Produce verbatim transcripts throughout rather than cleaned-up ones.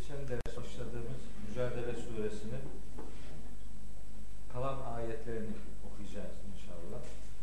geçen ders başladığımız Mücadele Suresinin kalan ayetlerini okuyacağız inşallah.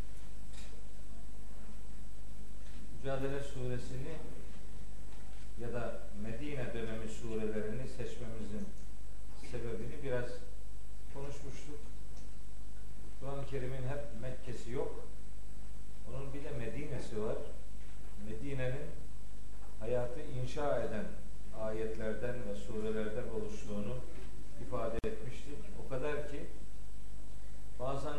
Mücadele Suresini ya da Medine dönemi surelerini seçmemizin sebebini biraz konuşmuştuk. Kur'an-ı Kerim'in hep Mekke'si yok. Onun bir de Medine'si var. Medine'nin hayatı inşa eden ayetlerden ve surelerden oluştuğunu ifade etmiştik. O kadar ki bazen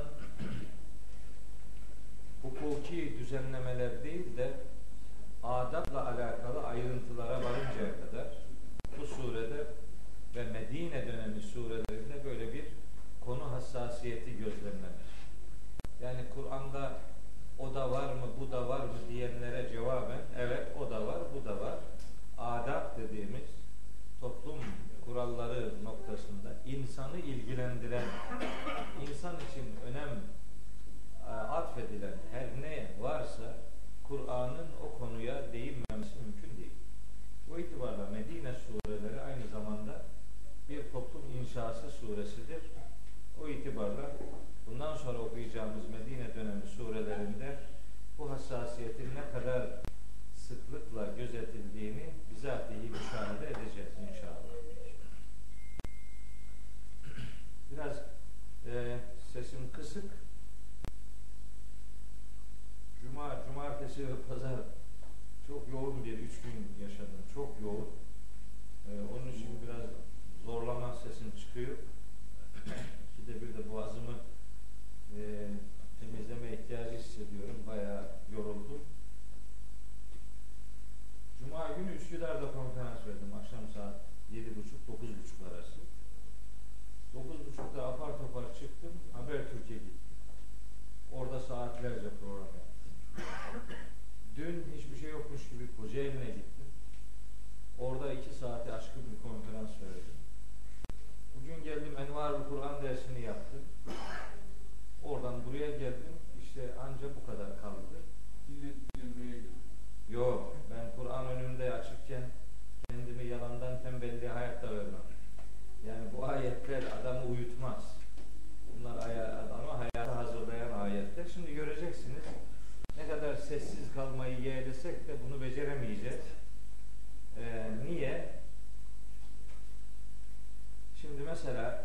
hukuki düzenlemeler değil de adabla alakalı ayrıntılara varıncaya kadar bu surede ve Medine dönemi surelerinde böyle bir konu hassasiyeti gözlemlenir. Yani Kur'an'da o da var mı, bu da var mı diyenlere cevaben evet o da var, bu da var. Adab dediğimiz toplum kuralları noktasında insanı ilgilendiren, insan için önem atfedilen her ne varsa Kur'an'ın o konuya değinmemesi mümkün değil. Bu itibarla Medine sureleri aynı zamanda bir toplum inşası suresidir. O itibarla bundan sonra okuyacağımız Medine dönemi surelerinde bu hassasiyetin ne kadar sıklıkla gözetildiğini bizatihi müşahede edeceğiz inşallah. Biraz e, sesim kısık. Cuma, cumartesi ve pazar çok yoğun bir üç gün yaşadım. Çok yoğun. E, onun için biraz zorlama sesim çıkıyor. İkide bir de boğazımı e, temizleme ihtiyacı hissediyorum. Bayağı yoruldum. Cuma günü Üsküdar'da konferans verdim. Akşam saat yedi buçuk dokuz buçuk arası. dokuz buçukta apar topar çıktım. Habertürk'e gittim. Orada saatlerce program yaptım. Dün hiçbir şey yokmuş gibi Kocaeli'ne gittim. Orada iki saati aşkın bir konferans verdim. Bugün geldim Envar-ı Kur'an dersini yaptım. Oradan buraya geldim. İşte ancak bu kadar kaldı. Yok. Ben Kur'an önümde açıkken kendimi yalandan tembelliğe hayatta vermem. Yani bu ayetler adamı uyutmaz. Bunlar adamı hayata hazırlayan ayetler. Şimdi göreceksiniz ne kadar sessiz kalmayı yeğlesek de bunu beceremeyeceğiz. Ee, niye? Şimdi mesela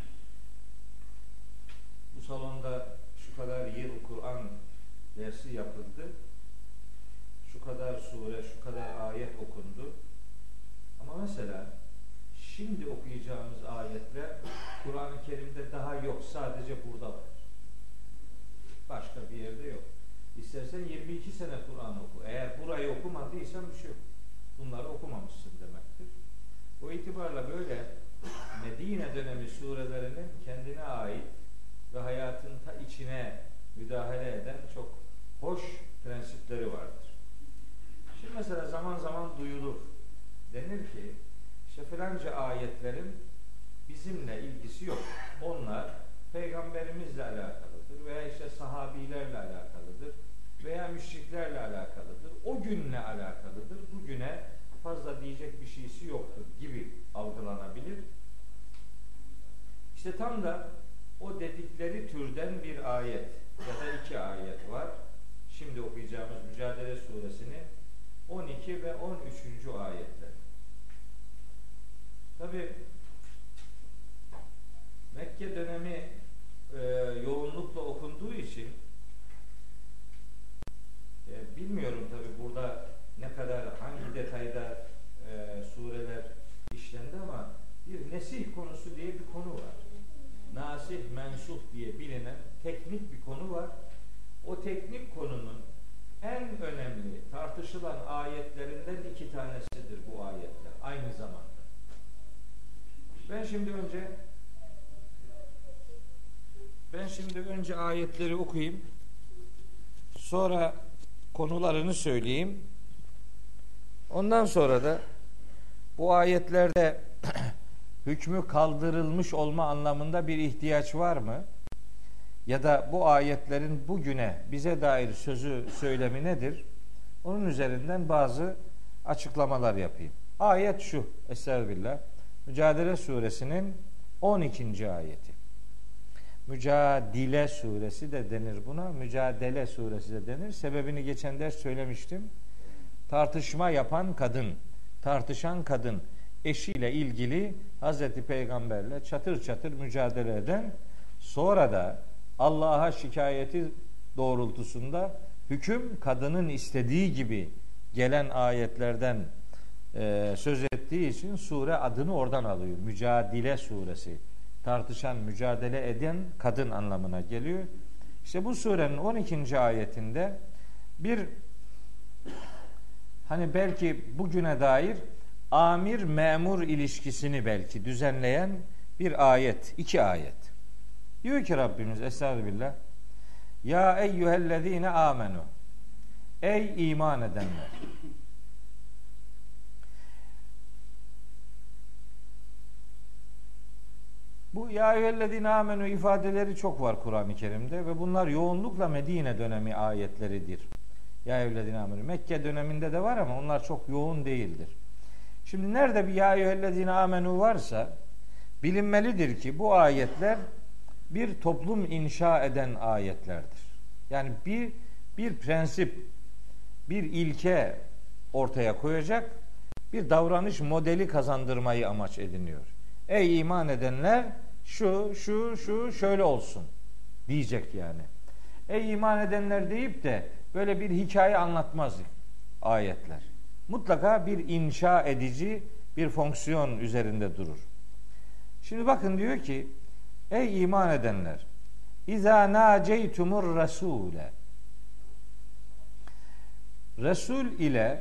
bu salonda şu kadar yıl Kur'an dersi yapıldı. Şu kadar sure, şu kadar ayet okundu. Ama mesela şimdi okuyacağımız ayetler Kur'an-ı Kerim'de daha yok. Sadece burada var. Başka bir yerde yok. İstersen yirmi iki sene Kur'an oku. Eğer burayı okumadıysan bir şey yok. Bunları okumamışsın demektir. O itibarla böyle Medine dönemi surelerinin kendine ait ve hayatın ta içine müdahale eden çok hoş prensipleri vardır. Şimdi mesela zaman zaman duyulur. Denir ki işte filanca ayetlerin bizimle ilgisi yok. Onlar peygamberimizle alakalıdır veya işte sahabilerle alakalıdır veya müşriklerle alakalıdır. O günle alakalıdır. Bugüne fazla diyecek bir şeysi yoktur gibi algılanabilir. İşte tam da o dedikleri türden bir ayet ya da iki ayet var. Şimdi okuyacağımız Mücadele Suresinin on iki ve on üçüncü ayetler. Tabi Mekke dönemi e, yoğunlukla okunduğu için e, bilmiyorum tabi burada ne kadar hangi detayda e, sureler işlendi ama bir nesih konusu diye bir konu var. Nasih, mensuh diye bilinen teknik bir konu var. O teknik konunun en önemli tartışılan ayetlerinden iki tanesidir bu ayetler aynı zamanda. Ben şimdi önce ben şimdi önce ayetleri okuyayım. Sonra konularını söyleyeyim. Ondan sonra da bu ayetlerde hükmü kaldırılmış olma anlamında bir ihtiyaç var mı? Ya da bu ayetlerin bugüne bize dair sözü söylemi nedir? Onun üzerinden bazı açıklamalar yapayım. Ayet şu. Estağfirullah. Mücadele suresinin on ikinci ayeti. Mücadele suresi de denir buna. Mücadele suresi de denir. Sebebini geçen ders söylemiştim. Tartışma yapan kadın, tartışan kadın eşiyle ilgili Hazreti Peygamberle çatır çatır mücadele eden, sonra da Allah'a şikayeti doğrultusunda hüküm kadının istediği gibi gelen ayetlerden e, söz ettiği için sure adını oradan alıyor. Mücadele suresi. Tartışan, mücadele eden kadın anlamına geliyor. İşte bu surenin on ikinci ayetinde bir, hani belki bugüne dair amir memur ilişkisini belki düzenleyen bir ayet, iki ayet. Diyor ki Rabbimiz Estağfirullah, ya eyyühellezine amenu, ey iman edenler. Bu ya eyyühellezine amenu ifadeleri çok var Kur'an-ı Kerim'de ve bunlar yoğunlukla Medine dönemi ayetleridir. Ya eyyühellezine amenu. Mekke döneminde de var ama onlar çok yoğun değildir. Şimdi nerede bir ya eyyühellezine amenu varsa bilinmelidir ki bu ayetler bir toplum inşa eden ayetlerdir. Yani bir bir prensip, bir ilke ortaya koyacak, bir davranış modeli kazandırmayı amaç ediniyor. Ey iman edenler, şu şu şu şöyle olsun diyecek yani. Ey iman edenler deyip de böyle bir hikaye anlatmaz ayetler. Mutlaka bir inşa edici bir fonksiyon üzerinde durur. Şimdi bakın diyor ki, ey iman edenler, İza naceytumur rasule. Resul ile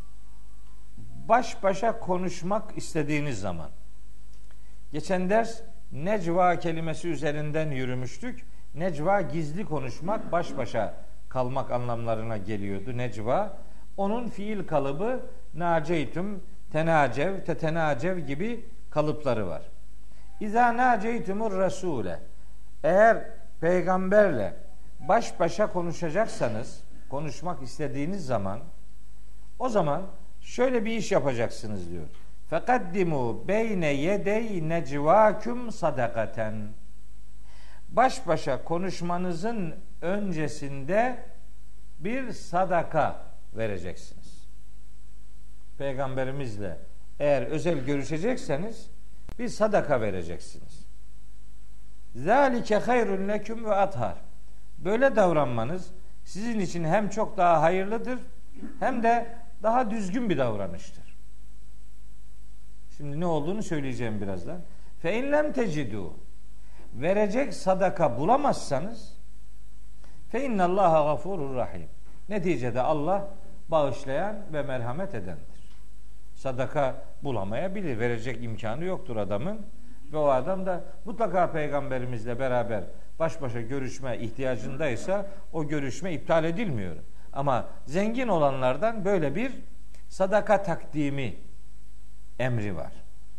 baş başa konuşmak istediğiniz zaman, geçen ders necva kelimesi üzerinden yürümüştük. Necva gizli konuşmak, baş başa kalmak anlamlarına geliyordu necva. Onun fiil kalıbı naceytum, tenacev, tetenacev gibi kalıpları var. İza naceytumur rasule. Eğer peygamberle baş başa konuşacaksanız, konuşmak istediğiniz zaman, o zaman şöyle bir iş yapacaksınız diyor. Fekaddimu beyne yedey necvâküm sadakaten. Baş başa konuşmanızın öncesinde bir sadaka vereceksiniz. Peygamberimizle eğer özel görüşecekseniz bir sadaka vereceksiniz. Zalike hayrun leküm ve athar. Böyle davranmanız sizin için hem çok daha hayırlıdır hem de daha düzgün bir davranıştır. Şimdi ne olduğunu söyleyeceğim birazdan. Fe in lem tecidu. Verecek sadaka bulamazsanız fe innallaha gafurur rahim. Neticede Allah bağışlayan ve merhamet edendir. Sadaka bulamayabilir. Verecek imkanı yoktur adamın. Ve o adam da mutlaka peygamberimizle beraber baş başa görüşme ihtiyacındaysa o görüşme iptal edilmiyor. Ama zengin olanlardan böyle bir sadaka takdimi emri var.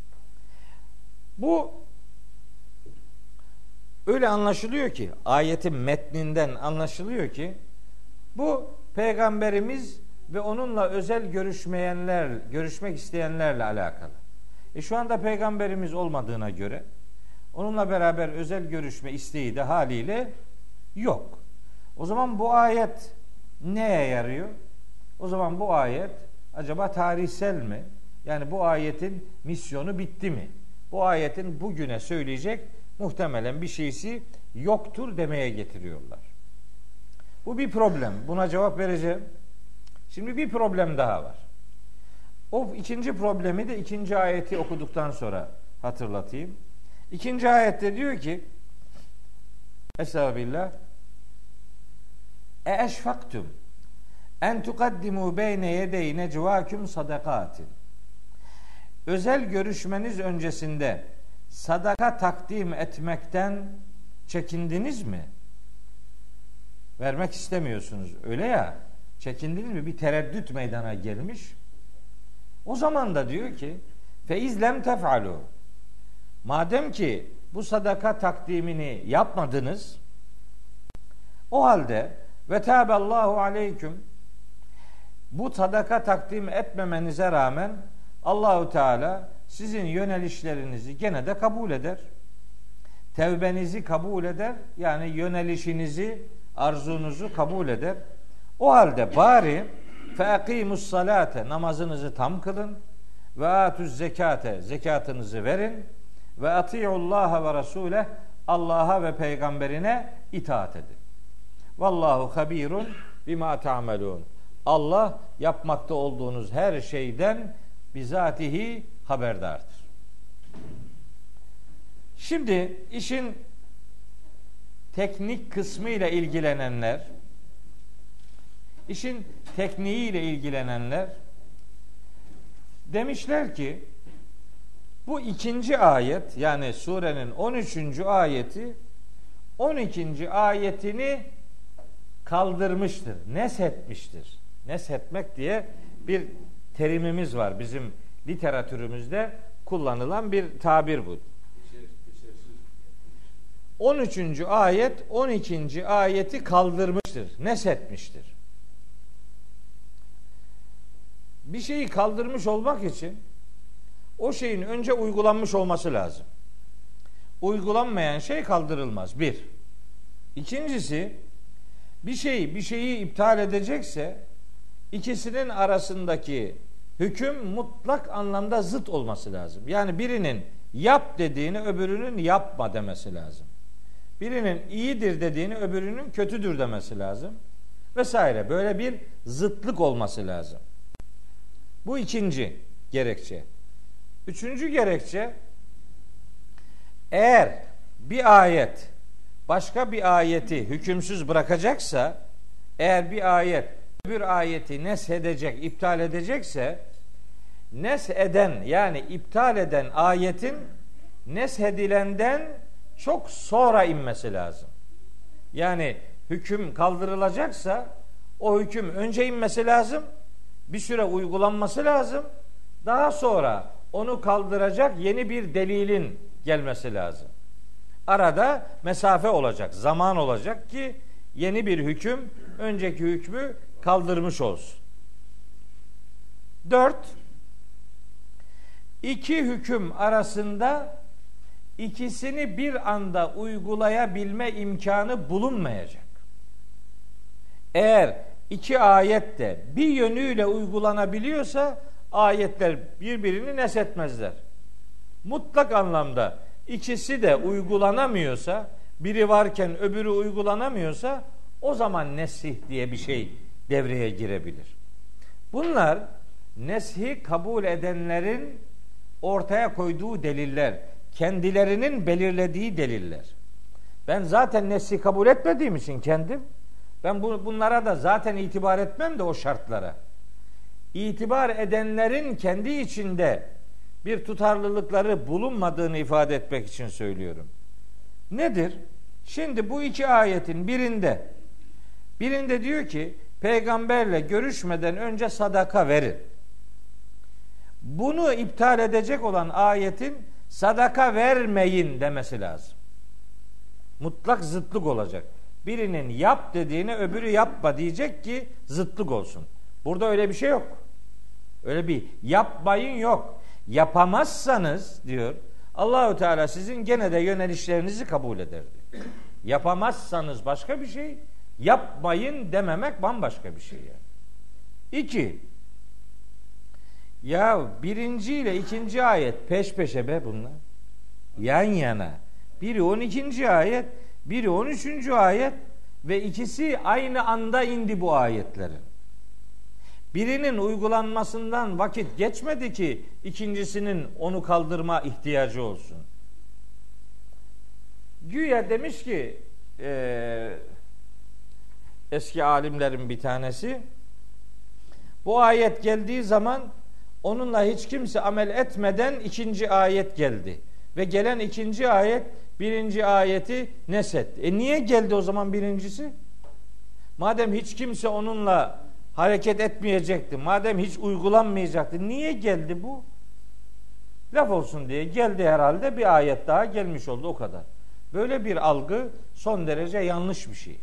Bu öyle anlaşılıyor ki, ayetin metninden anlaşılıyor ki bu peygamberimiz ve onunla özel görüşmeyenler, görüşmek isteyenlerle alakalı. E şu anda peygamberimiz olmadığına göre onunla beraber özel görüşme isteği de haliyle yok. O zaman bu ayet neye yarıyor? O zaman bu ayet acaba tarihsel mi? Yani bu ayetin misyonu bitti mi? Bu ayetin bugüne söyleyecek muhtemelen bir şeysi yoktur demeye getiriyorlar. Bu bir problem. Buna cevap vereceğim. Şimdi bir problem daha var. O ikinci problemi de ikinci ayeti okuduktan sonra hatırlatayım. İkinci ayette diyor ki Estağfirullah E eşfaktum en tukaddimu beyne yedey necvâküm sadakatin. Özel görüşmeniz öncesinde sadaka takdim etmekten çekindiniz mi? Vermek istemiyorsunuz. Öyle ya. Çekindiniz mi? Bir tereddüt meydana gelmiş. O zaman da diyor ki feiz lem tef'alu. Madem ki bu sadaka takdimini yapmadınız, o halde ve tâbellâhu aleyküm, bu sadaka takdim etmemenize rağmen Allahu Teala sizin yönelişlerinizi gene de kabul eder. Tevbenizi kabul eder. Yani yönelişinizi, arzunuzu kabul eder. O halde bari feakimus salate, namazınızı tam kılın ve atuz zekate, zekatınızı verin ve atiullaha ve rasuleh, Allah'a ve peygamberine itaat edin. Vallahu habirun bima ta'melun. Allah yapmakta olduğunuz her şeyden bizatihi haberdardır. Şimdi işin teknik kısmı ile ilgilenenler, işin tekniği ile ilgilenenler demişler ki bu ikinci ayet, yani surenin on üçüncü ayeti on ikinci ayetini kaldırmıştır, neshetmiştir. Neshetmek diye bir terimimiz var. Bizim literatürümüzde kullanılan bir tabir bu. on üçüncü ayet on ikinci ayeti kaldırmıştır, neshetmiştir. Bir şeyi kaldırmış olmak için o şeyin önce uygulanmış olması lazım. Uygulanmayan şey kaldırılmaz. Bir. İkincisi, bir şey bir şeyi iptal edecekse ikisinin arasındaki hüküm mutlak anlamda zıt olması lazım. Yani birinin yap dediğini öbürünün yapma demesi lazım. Birinin iyidir dediğini öbürünün kötüdür demesi lazım. Vesaire. Böyle bir zıtlık olması lazım. Bu ikinci gerekçe. Üçüncü gerekçe, eğer bir ayet başka bir ayeti hükümsüz bırakacaksa, eğer bir ayet bir ayeti neshedecek, iptal edecekse, nesheden yani iptal eden ayetin neshedilenden çok sonra inmesi lazım. Yani hüküm kaldırılacaksa o hüküm önce inmesi lazım, bir süre uygulanması lazım, daha sonra onu kaldıracak yeni bir delilin gelmesi lazım. Arada mesafe olacak, zaman olacak ki yeni bir hüküm önceki hükmü kaldırmış olsun. Dört, iki hüküm arasında ikisini bir anda uygulayabilme imkanı bulunmayacak. Eğer iki ayet de bir yönüyle uygulanabiliyorsa ayetler birbirini neshetmezler. Mutlak anlamda ikisi de uygulanamıyorsa, biri varken öbürü uygulanamıyorsa, o zaman nesih diye bir şey devreye girebilir. Bunlar neshi kabul edenlerin ortaya koyduğu deliller, kendilerinin belirlediği deliller. Ben zaten neshi kabul etmediğim için kendim, ben bu, bunlara da zaten itibar etmem de o şartlara. İtibar edenlerin kendi içinde bir tutarlılıkları bulunmadığını ifade etmek için söylüyorum. Nedir? Şimdi bu iki ayetin birinde, birinde diyor ki peygamberle görüşmeden önce sadaka verin. Bunu iptal edecek olan ayetin sadaka vermeyin demesi lazım. Mutlak zıtlık olacak. Birinin yap dediğine öbürü yapma diyecek ki zıtlık olsun. Burada öyle bir şey yok. Öyle bir yapmayın yok. Yapamazsanız diyor Allahu Teala sizin gene de yönelişlerinizi kabul ederdi. Yapamazsanız başka bir şey, yapmayın dememek bambaşka bir şey yani. İki, ya birinci ile ikinci ayet peş peşe be bunlar. Yan yana. Biri on ikinci ayet, biri on üçüncü ayet ve ikisi aynı anda indi bu ayetlerin. Birinin uygulanmasından vakit geçmedi ki ikincisinin onu kaldırma ihtiyacı olsun. Güya demiş ki e, eski alimlerin bir tanesi, bu ayet geldiği zaman onunla hiç kimse amel etmeden ikinci ayet geldi. Ve gelen ikinci ayet birinci ayeti neshetti. E niye geldi o zaman birincisi? Madem hiç kimse onunla hareket etmeyecekti, madem hiç uygulanmayacaktı, niye geldi bu? Laf olsun diye geldi herhalde, bir ayet daha gelmiş oldu, o kadar. Böyle bir algı son derece yanlış bir şey.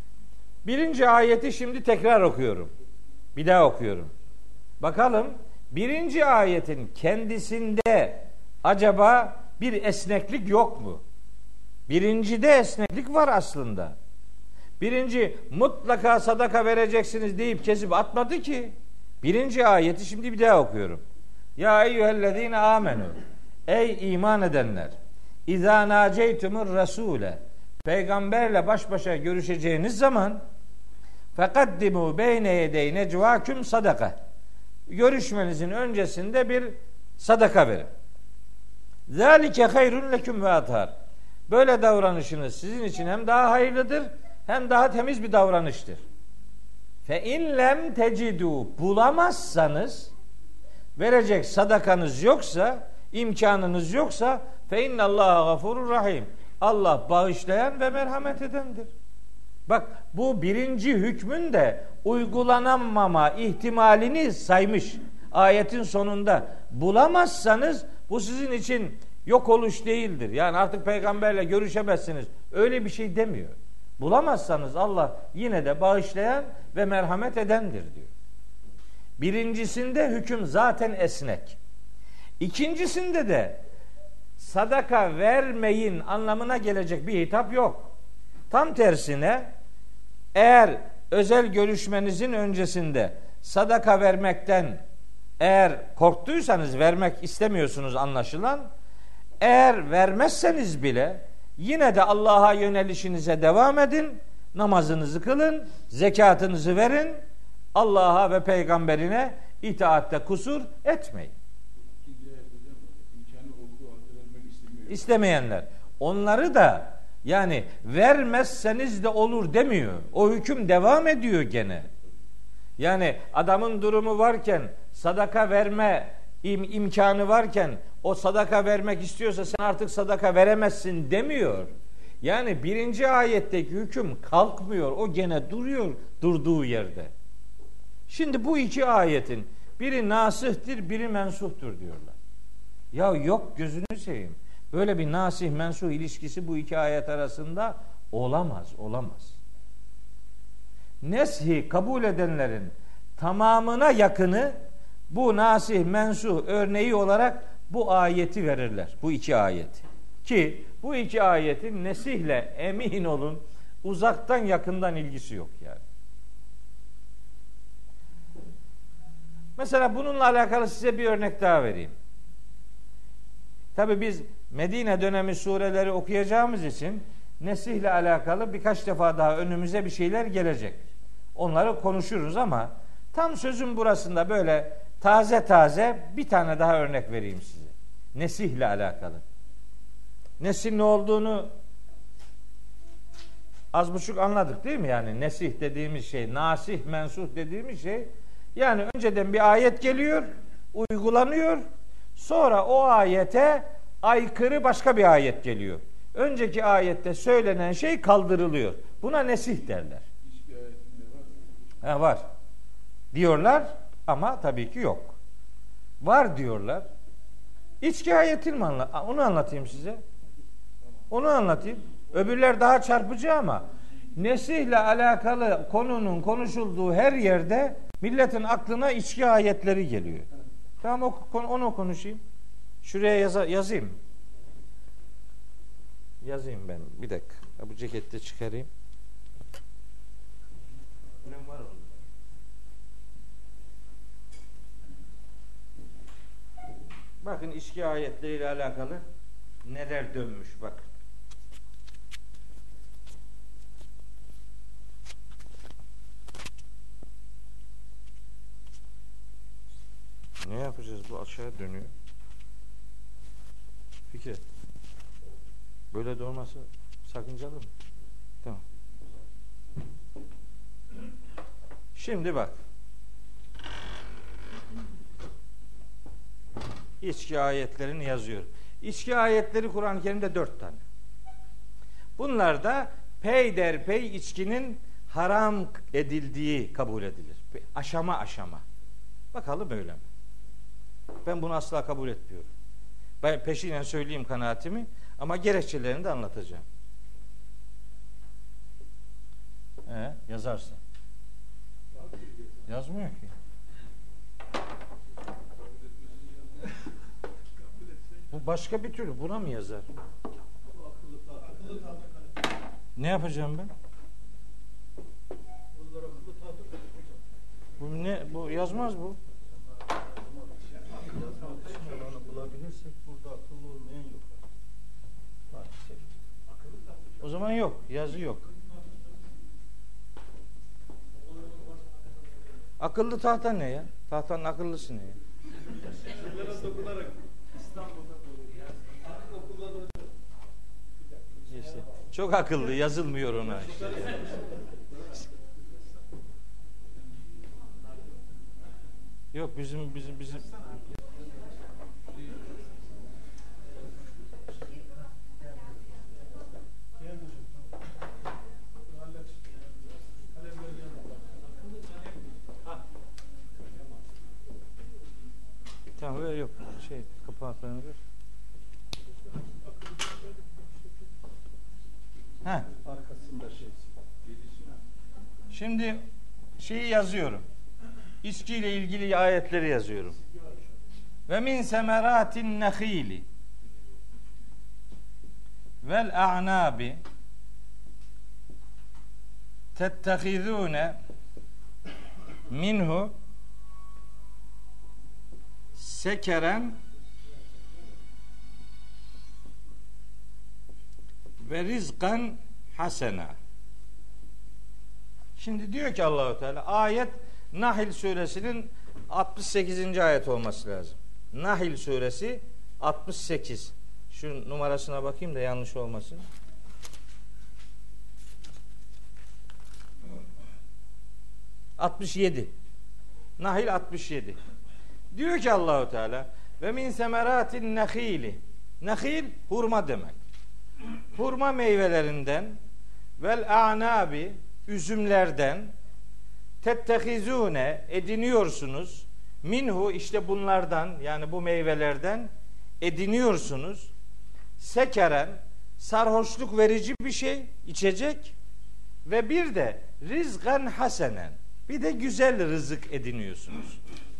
Birinci ayeti şimdi tekrar okuyorum. Bir daha okuyorum. Bakalım birinci ayetin kendisinde acaba bir esneklik yok mu? Birincide esneklik var aslında. Birinci mutlaka sadaka vereceksiniz deyip kesip atmadı ki. Birinci ayeti şimdi bir daha okuyorum. Ya eyyühellezine amenu. Ey iman edenler. İzâ nâceytumur rasûle. Peygamberle baş başa görüşeceğiniz zaman fekaddimu beyne yedey necvâküm sadaka. Görüşmenizin öncesinde bir sadaka verin. Zâlike hayrun leküm ve athar. Böyle davranışınız sizin için hem daha hayırlıdır hem daha temiz bir davranıştır. Fe in lem tecidu, bulamazsanız, verecek sadakanız yoksa, imkanınız yoksa, fe innallaha gafurur rahim. Allah bağışlayan ve merhamet edendir. Bak, bu birinci hükmün de uygulanamama ihtimalini saymış. Ayetin sonunda bulamazsanız bu sizin için yok oluş değildir. Yani artık peygamberle görüşemezsiniz. Öyle bir şey demiyor. Bulamazsanız Allah yine de bağışlayan ve merhamet edendir diyor. Birincisinde hüküm zaten esnek. İkincisinde de sadaka vermeyin anlamına gelecek bir hitap yok. Tam tersine eğer özel görüşmenizin öncesinde sadaka vermekten eğer korktuysanız, vermek istemiyorsunuz anlaşılan, eğer vermezseniz bile yine de Allah'a yönelişinize devam edin, namazınızı kılın, zekatınızı verin, Allah'a ve peygamberine itaatte kusur etmeyin. İstemeyenler. Onları da yani vermezseniz de olur demiyor. O hüküm devam ediyor gene. Yani adamın durumu varken, sadaka verme im- imkanı varken o sadaka vermek istiyorsa sen artık sadaka veremezsin demiyor. Yani birinci ayetteki hüküm kalkmıyor. O gene duruyor durduğu yerde. Şimdi bu iki ayetin biri nasihtir, biri mensuhtur diyorlar. Ya yok, gözünü seveyim. Böyle bir nasih mensuh ilişkisi bu iki ayet arasında olamaz, olamaz. Neshi kabul edenlerin tamamına yakını bu nasih mensuh örneği olarak bu ayeti verirler. Bu iki ayeti. Ki bu iki ayetin nesihle emin olun uzaktan yakından ilgisi yok yani. Mesela bununla alakalı size bir örnek daha vereyim. Tabi biz Medine dönemi sureleri okuyacağımız için nesihle alakalı birkaç defa daha önümüze bir şeyler gelecek. Onları konuşuruz ama tam sözün burasında böyle taze taze bir tane daha örnek vereyim size. Nesihle alakalı. Nesin ne olduğunu az buçuk anladık değil mi? Yani nesih dediğimiz şey, nasih mensuh dediğimiz şey, yani önceden bir ayet geliyor, uygulanıyor, sonra o ayete aykırı başka bir ayet geliyor. Önceki ayette söylenen şey kaldırılıyor. Buna nesih derler. Ha, var. Diyorlar ama tabii ki yok. Var diyorlar. İçki ayetini mi anlat? Onu anlatayım size. Onu anlatayım. Öbürler daha çarpıcı ama nesihle alakalı konunun konuşulduğu her yerde milletin aklına içki ayetleri geliyor. Tamam, onu konuşayım. Şuraya yaza, yazayım. Yazayım ben. Bir dakika. Bu cekette çıkarayım. Ne var orada? Bakın içki ayetleriyle alakalı neler dönmüş bak. Ne yapacağız? Bu aşağı dönüyor. Fikret. Böyle de olmasa sakıncalı mı? Tamam. Şimdi bak. İçki ayetlerini yazıyor. İçki ayetleri Kur'an-ı Kerim'de dört tane. Bunlar da peyderpey içkinin haram edildiği kabul edilir. Aşama aşama. Bakalım öyle mi? Ben bunu asla kabul etmiyorum. Ben peşinen söyleyeyim kanaatimi ama gerekçelerini de anlatacağım. Ee, yazarsın. Yazmıyor ki. başka bir türlü buna mı yazar? Ne yapacağım ben? Bu ne? Bu yazmaz bu. Bulabilirsek burada akıllı olmayan yok. O zaman yok. Yazı yok. Akıllı tahta ne ya? Tahtanın akıllısı ne ya? İşte, çok akıllı, yazılmıyor ona. İşte. Yok bizim bizim bizim Tamam ver yok. Şey kapaklarını ver. Heh. Arkasında şey. Şimdi şeyi yazıyorum. İçki ile ilgili ayetleri yazıyorum. Ve min semeratin nehili vel a'nabi tettehizune minhu sekeren ve rizkan hasena. Şimdi diyor ki Allahu Teala, ayet Nahl suresinin altmış sekizinci ayet olması lazım. Nahl suresi altmış sekiz. Şu numarasına bakayım da yanlış olmasın. altmış yedi. Nahl altmış yedi. Diyor ki Allahu Teala ve min semeratin nehili. Nehil hurma demek. Hurma meyvelerinden vel a'nabi üzümlerden tettehizune ediniyorsunuz. Minhu işte bunlardan yani bu meyvelerden ediniyorsunuz. Sekeren sarhoşluk verici bir şey, içecek ve bir de rizgan hasenen bir de güzel rızık ediniyorsunuz.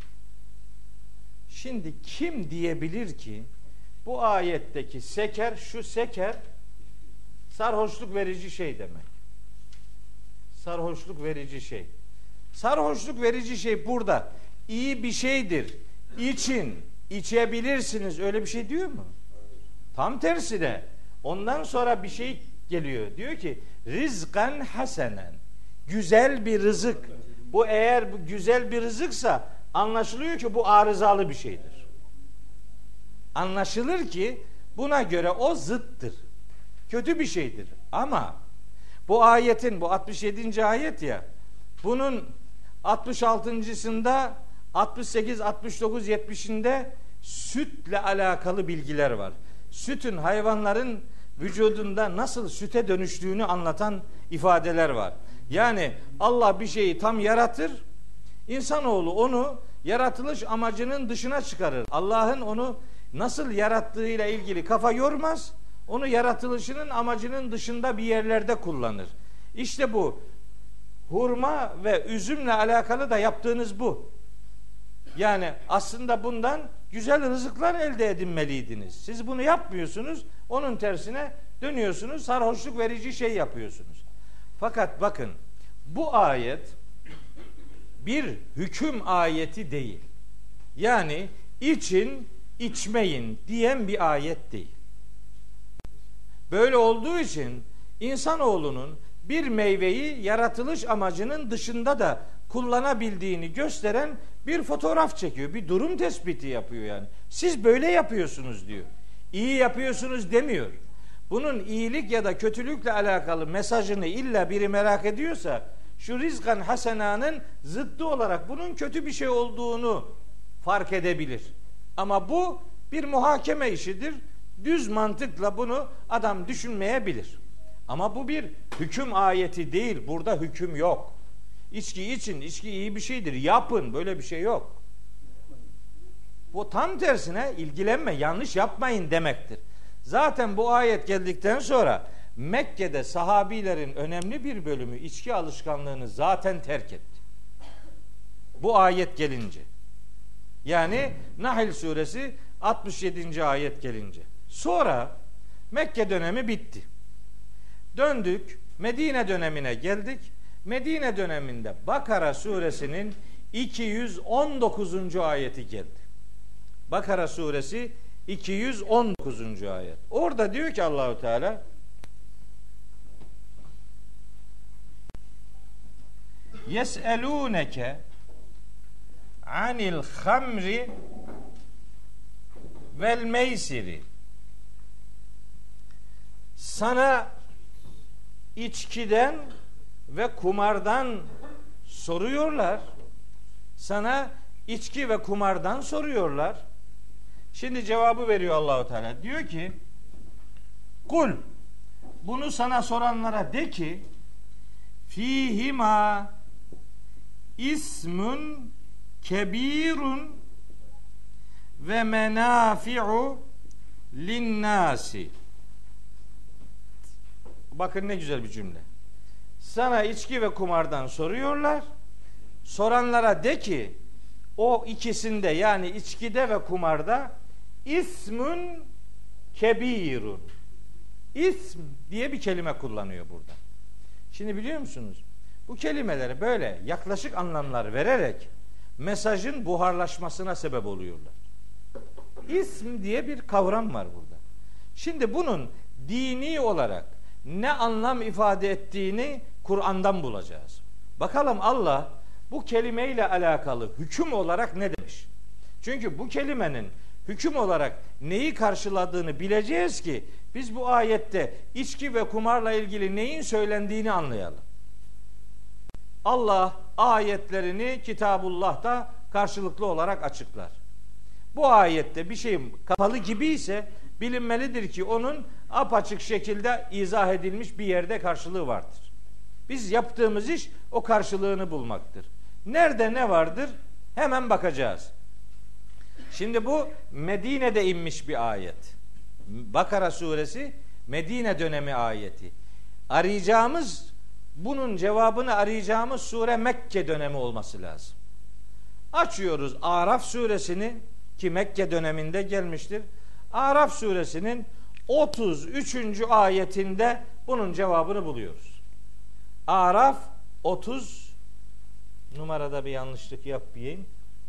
Şimdi kim diyebilir ki bu ayetteki seker, şu seker sarhoşluk verici şey demek. Sarhoşluk verici şey. Sarhoşluk verici şey burada iyi bir şeydir. İçin, içebilirsiniz. Öyle bir şey diyor mu? Tam tersine. Ondan sonra bir şey geliyor. Diyor ki rizkan hasenen. Güzel bir rızık. Bu eğer bu güzel bir rızıksa anlaşılıyor ki bu arızalı bir şeydir. Anlaşılır ki buna göre o zıttır. Kötü bir şeydir. Ama bu ayetin, bu altmış yedinci ayet ya, bunun altmış altıncısında altmış sekiz, altmış dokuz, yetmişinde sütle alakalı bilgiler var. Sütün hayvanların vücudunda nasıl süte dönüştüğünü anlatan ifadeler var. Yani Allah bir şeyi tam yaratır, İnsanoğlu onu yaratılış amacının dışına çıkarır. Allah'ın onu nasıl yarattığıyla ilgili kafa yormaz. Onu yaratılışının amacının dışında bir yerlerde kullanır. İşte bu hurma ve üzümle alakalı da yaptığınız bu. Yani aslında bundan güzel rızıklar elde edinmeliydiniz. Siz bunu yapmıyorsunuz. Onun tersine dönüyorsunuz. Sarhoşluk verici şey yapıyorsunuz. Fakat bakın bu ayet bir hüküm ayeti değil. Yani için, içmeyin diyen bir ayet değil. Böyle olduğu için insanoğlunun bir meyveyi yaratılış amacının dışında da kullanabildiğini gösteren bir fotoğraf çekiyor. Bir durum tespiti yapıyor yani. Siz böyle yapıyorsunuz diyor. İyi yapıyorsunuz demiyor. Bunun iyilik ya da kötülükle alakalı mesajını illa biri merak ediyorsa şu rizkan hasenanın zıddı olarak bunun kötü bir şey olduğunu fark edebilir. Ama bu bir muhakeme işidir. Düz mantıkla bunu adam düşünmeyebilir. Ama bu bir hüküm ayeti değil. Burada hüküm yok. İçki için, içki iyi bir şeydir. Yapın, böyle bir şey yok. Bu tam tersine ilgilenme, yanlış yapmayın demektir. Zaten bu ayet geldikten sonra Mekke'de sahabilerin önemli bir bölümü içki alışkanlığını zaten terk etti. Bu ayet gelince. Yani Nahl suresi altmış yedinci ayet gelince. Sonra Mekke dönemi bitti. Döndük, Medine dönemine geldik. Medine döneminde Bakara suresinin iki yüz on dokuzuncu ayeti geldi. Bakara suresi iki yüz on dokuzuncu ayet. Orada diyor ki Allahu Teala, yes'elûneke anil hamri vel meysiri. Sana içkiden ve kumardan soruyorlar. Sana içki ve kumardan soruyorlar. Şimdi cevabı veriyor Allahu Teala. Diyor ki: Kul, bunu sana soranlara de ki, fihima ismun kebirun ve menafi'u linnasi. Bakın ne güzel bir cümle. Sana içki ve kumardan soruyorlar. Soranlara de ki, o ikisinde, yani içkide ve kumarda ismun kebirun. İsm diye bir kelime kullanıyor burada. Şimdi biliyor musunuz? Bu kelimeleri böyle yaklaşık anlamlar vererek mesajın buharlaşmasına sebep oluyorlar. İsm diye bir kavram var burada. Şimdi bunun dini olarak ne anlam ifade ettiğini Kur'an'dan bulacağız. Bakalım Allah bu kelimeyle alakalı hüküm olarak ne demiş? Çünkü bu kelimenin hüküm olarak neyi karşıladığını bileceğiz ki biz bu ayette içki ve kumarla ilgili neyin söylendiğini anlayalım. Allah ayetlerini Kitabullah'ta karşılıklı olarak açıklar. Bu ayette bir şey kapalı gibi ise bilinmelidir ki onun apaçık şekilde izah edilmiş bir yerde karşılığı vardır. Biz yaptığımız iş o karşılığını bulmaktır. Nerede ne vardır? Hemen bakacağız. Şimdi bu Medine'de inmiş bir ayet. Bakara suresi Medine dönemi ayeti. Arayacağımız, bunun cevabını arayacağımız sure Mekke dönemi olması lazım. Açıyoruz Araf suresini, ki Mekke döneminde gelmiştir. Araf suresinin otuz üçüncü ayetinde bunun cevabını buluyoruz. Araf otuz, numarada bir yanlışlık yapmayayım.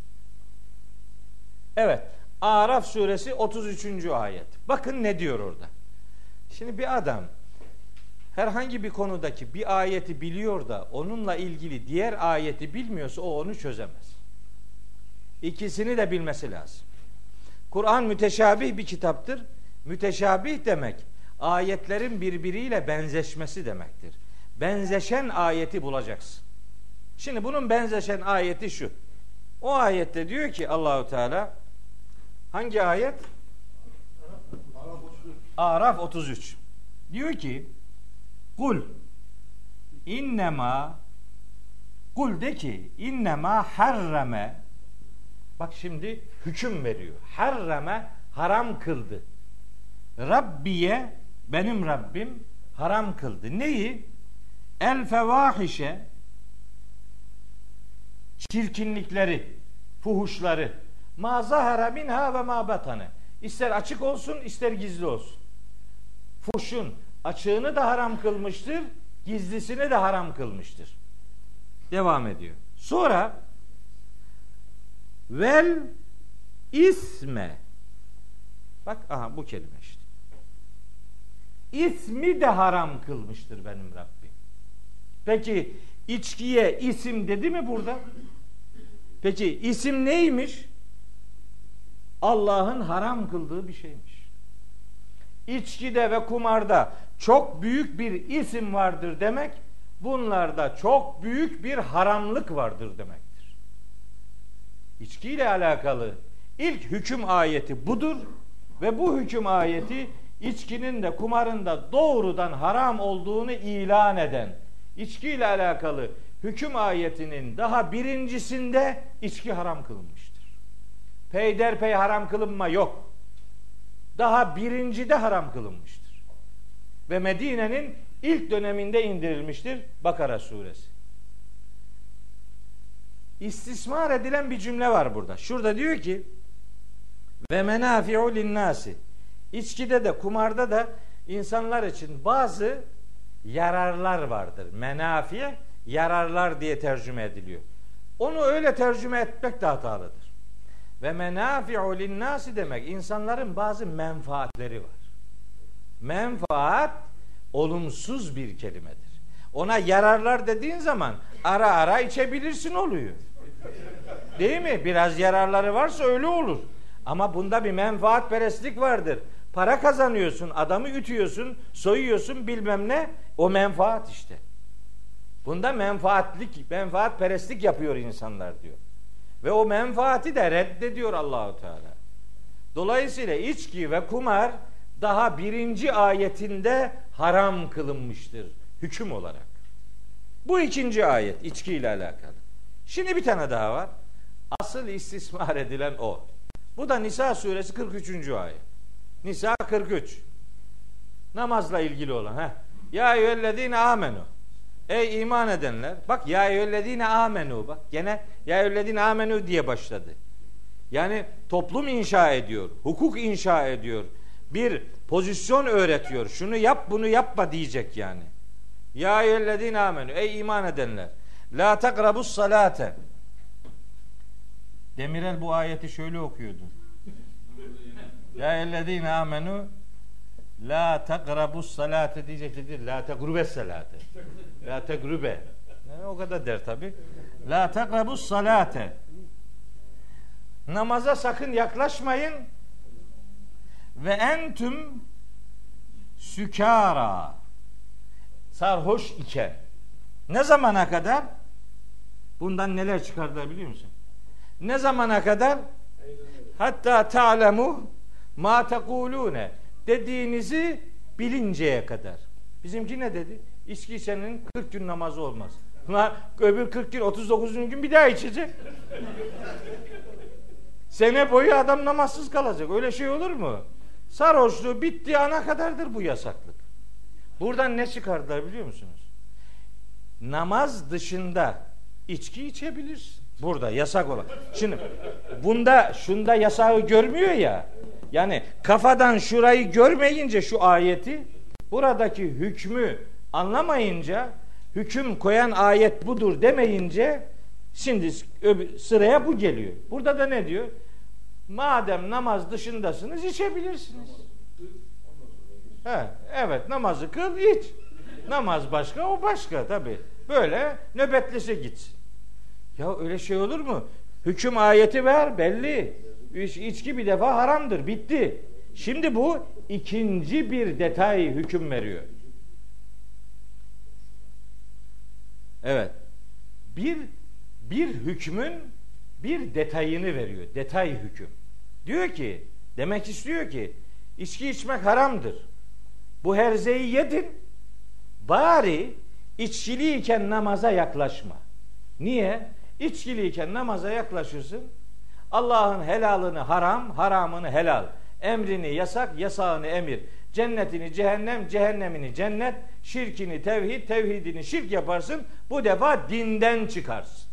Evet, Araf suresi otuz üçüncü ayet. Bakın ne diyor orada. Şimdi bir adam herhangi bir konudaki bir ayeti biliyor da onunla ilgili diğer ayeti bilmiyorsa o onu çözemez. İkisini de bilmesi lazım. Kur'an müteşabih bir kitaptır. Müteşabih demek ayetlerin birbiriyle benzeşmesi demektir. Benzeşen ayeti bulacaksın. Şimdi bunun benzeşen ayeti şu. O ayette diyor ki Allahu Teala, hangi ayet? Araf otuz üç. Diyor ki, kul innema, kul de ki innema harrame, bak şimdi hüküm veriyor. Harrame, haram kıldı. Rabbiye, benim Rabbim haram kıldı. Neyi? El fevahişe, çirkinlikleri, fuhuşları, ma zahara minha ve ma batane. İster açık olsun, ister gizli olsun. Fuhşun açığını da haram kılmıştır, gizlisini de haram kılmıştır. Devam ediyor. Sonra vel isme. Bak, aha bu kelime işte. İsmi de haram kılmıştır benim Rabbim. Peki içkiye isim dedi mi burada? Peki isim neymiş? Allah'ın haram kıldığı bir şeymiş. İçkide ve kumarda çok büyük bir isim vardır demek, bunlarda çok büyük bir haramlık vardır demektir. İçkiyle alakalı ilk hüküm ayeti budur ve bu hüküm ayeti içkinin de kumarın da doğrudan haram olduğunu ilan eden, içkiyle alakalı hüküm ayetinin daha birincisinde içki haram kılınmıştır. Peyderpey haram kılınma yok. Daha birincide haram kılınmıştır. Ve Medine'nin ilk döneminde indirilmiştir Bakara suresi. İstismar edilen bir cümle var burada. Şurada diyor ki Ve menafi'u linnâsi. İçkide de kumarda da insanlar için bazı yararlar vardır. Menafi, yararlar diye tercüme ediliyor. Onu öyle tercüme etmek de hatalıdır. Ve menafi'u linnâsi demek insanların bazı menfaatleri var. Menfaat olumsuz bir kelimedir. Ona yararlar dediğin zaman ara ara içebilirsin oluyor. Değil mi? Biraz yararları varsa öyle olur. Ama bunda bir menfaatperestlik vardır. Para kazanıyorsun, adamı ütüyorsun, soyuyorsun bilmem ne. O menfaat işte. Bunda menfaatlik, menfaatperestlik yapıyor insanlar diyor. Ve o menfaati de reddediyor Allahu Teala. Dolayısıyla içki ve kumar daha birinci ayetinde haram kılınmıştır hüküm olarak. Bu ikinci ayet içki ile alakalı. Şimdi bir tane daha var. Asıl istismar edilen o. Bu da Nisa suresi kırk üçüncü ayet. Nisa kırk üç. Namazla ilgili olan. Heh. Ya eyyühellezine amenu. Ey iman edenler. Bak ya eyyühellezine amenu. Bak gene ya eyyühellezine amenu diye başladı. Yani toplum inşa ediyor. Hukuk inşa ediyor. Bir pozisyon öğretiyor. Şunu yap bunu yapma diyecek yani. Ya eyyühellezine amenu. Ey iman edenler. La takrabus salate. Demirel bu ayeti şöyle okuyordu. Ya eyyühellezine amenu la takrabus salate diyecektir. La takrubes salate. La takrube. Yani o kadar der tabi. La takrabus salate. Namaza sakın yaklaşmayın. Ve entüm sükara. Sarhoş iken. Ne zamana kadar? Bundan neler çıkardılar biliyor musun? Ne zamana kadar? Hatta ta'lemu ma tekulune. Dediğinizi bilinceye kadar. Bizimki ne dedi? İçki içenin kırk gün namazı olmaz. Ulan öbür kırk gün otuz dokuzuncu gün bir daha içecek. Sene boyu adam namazsız kalacak. Öyle şey olur mu? Sarhoşluğu bittiği ana kadardır bu yasaklık. Buradan ne çıkardılar biliyor musunuz? Namaz dışında içki içebilirsin. Burada yasak olan. Şimdi bunda şunda yasağı görmüyor ya. Yani kafadan şurayı görmeyince şu ayeti, buradaki hükmü anlamayınca, hüküm koyan ayet budur demeyince şimdi sıraya bu geliyor. Burada da ne diyor? Madem namaz dışındasınız içebilirsiniz. He, evet namazı kıl iç. Namaz başka o başka tabi. Böyle nöbetlisi gitsin. Ya öyle şey olur mu? Hüküm ayeti ver belli. İç, içki bir defa haramdır bitti. Şimdi bu ikinci bir detay hüküm veriyor. Evet. Bir bir hükmün bir detayını veriyor. Detay hüküm. Diyor ki, demek istiyor ki içki içmek haramdır. Bu herzeyi yedin. Bari içkiliyken namaza yaklaşma. Niye? İçkiliyken namaza yaklaşırsın. Allah'ın helalını haram, haramını helal. Emrini yasak, yasağını emir. Cennetini cehennem, cehennemini cennet. Şirkini tevhid, tevhidini şirk yaparsın. Bu defa dinden çıkarsın.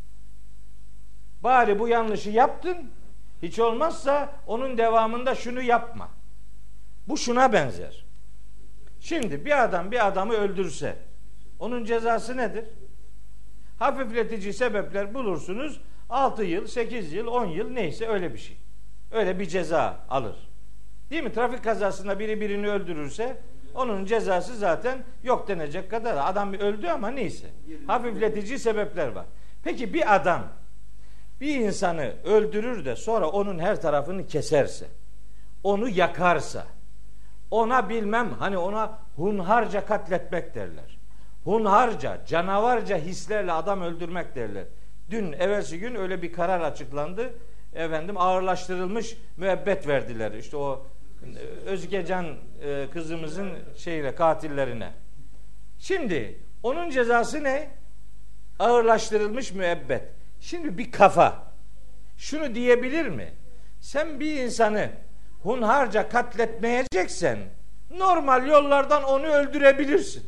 Bari bu yanlışı yaptın. Hiç olmazsa onun devamında şunu yapma. Bu şuna benzer. Şimdi bir adam bir adamı öldürse onun cezası nedir? Hafifletici sebepler bulursunuz. altı yıl, sekiz yıl, on yıl neyse öyle bir şey. Öyle bir ceza alır. Değil mi? Trafik kazasında biri birini öldürürse onun cezası zaten yok denecek kadar. Adam bir öldü ama neyse. Hafifletici sebepler var. Peki bir adam bir insanı öldürür de sonra onun her tarafını keserse, onu yakarsa, ona bilmem hani ona hunharca katletmek derler. Hunharca, canavarca hislerle adam öldürmek derler. Dün, evvelsi gün öyle bir karar açıklandı. Efendim ağırlaştırılmış müebbet verdiler. İşte o Özgecan kızımızın şeyle katillerine. Şimdi onun cezası ne? Ağırlaştırılmış müebbet. Şimdi bir kafa şunu diyebilir mi? Sen bir insanı hunharca katletmeyeceksen normal yollardan onu öldürebilirsin.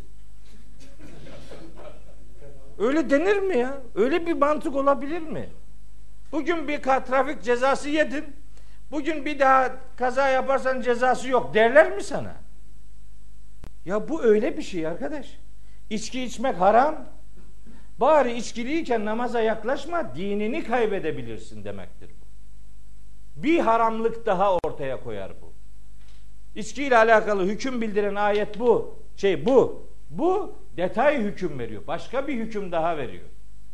Öyle denir mi ya? Öyle bir mantık olabilir mi? Bugün bir trafik cezası yedin. Bugün bir daha kaza yaparsan cezası yok derler mi sana? Ya bu öyle bir şey arkadaş. İçki içmek haram. Bari içkiliyken namaza yaklaşma, dinini kaybedebilirsin demektir bu. Bir haramlık daha ortaya koyar bu. İçkiyle alakalı hüküm bildiren ayet bu. Şey bu. Bu detay hüküm veriyor. Başka bir hüküm daha veriyor.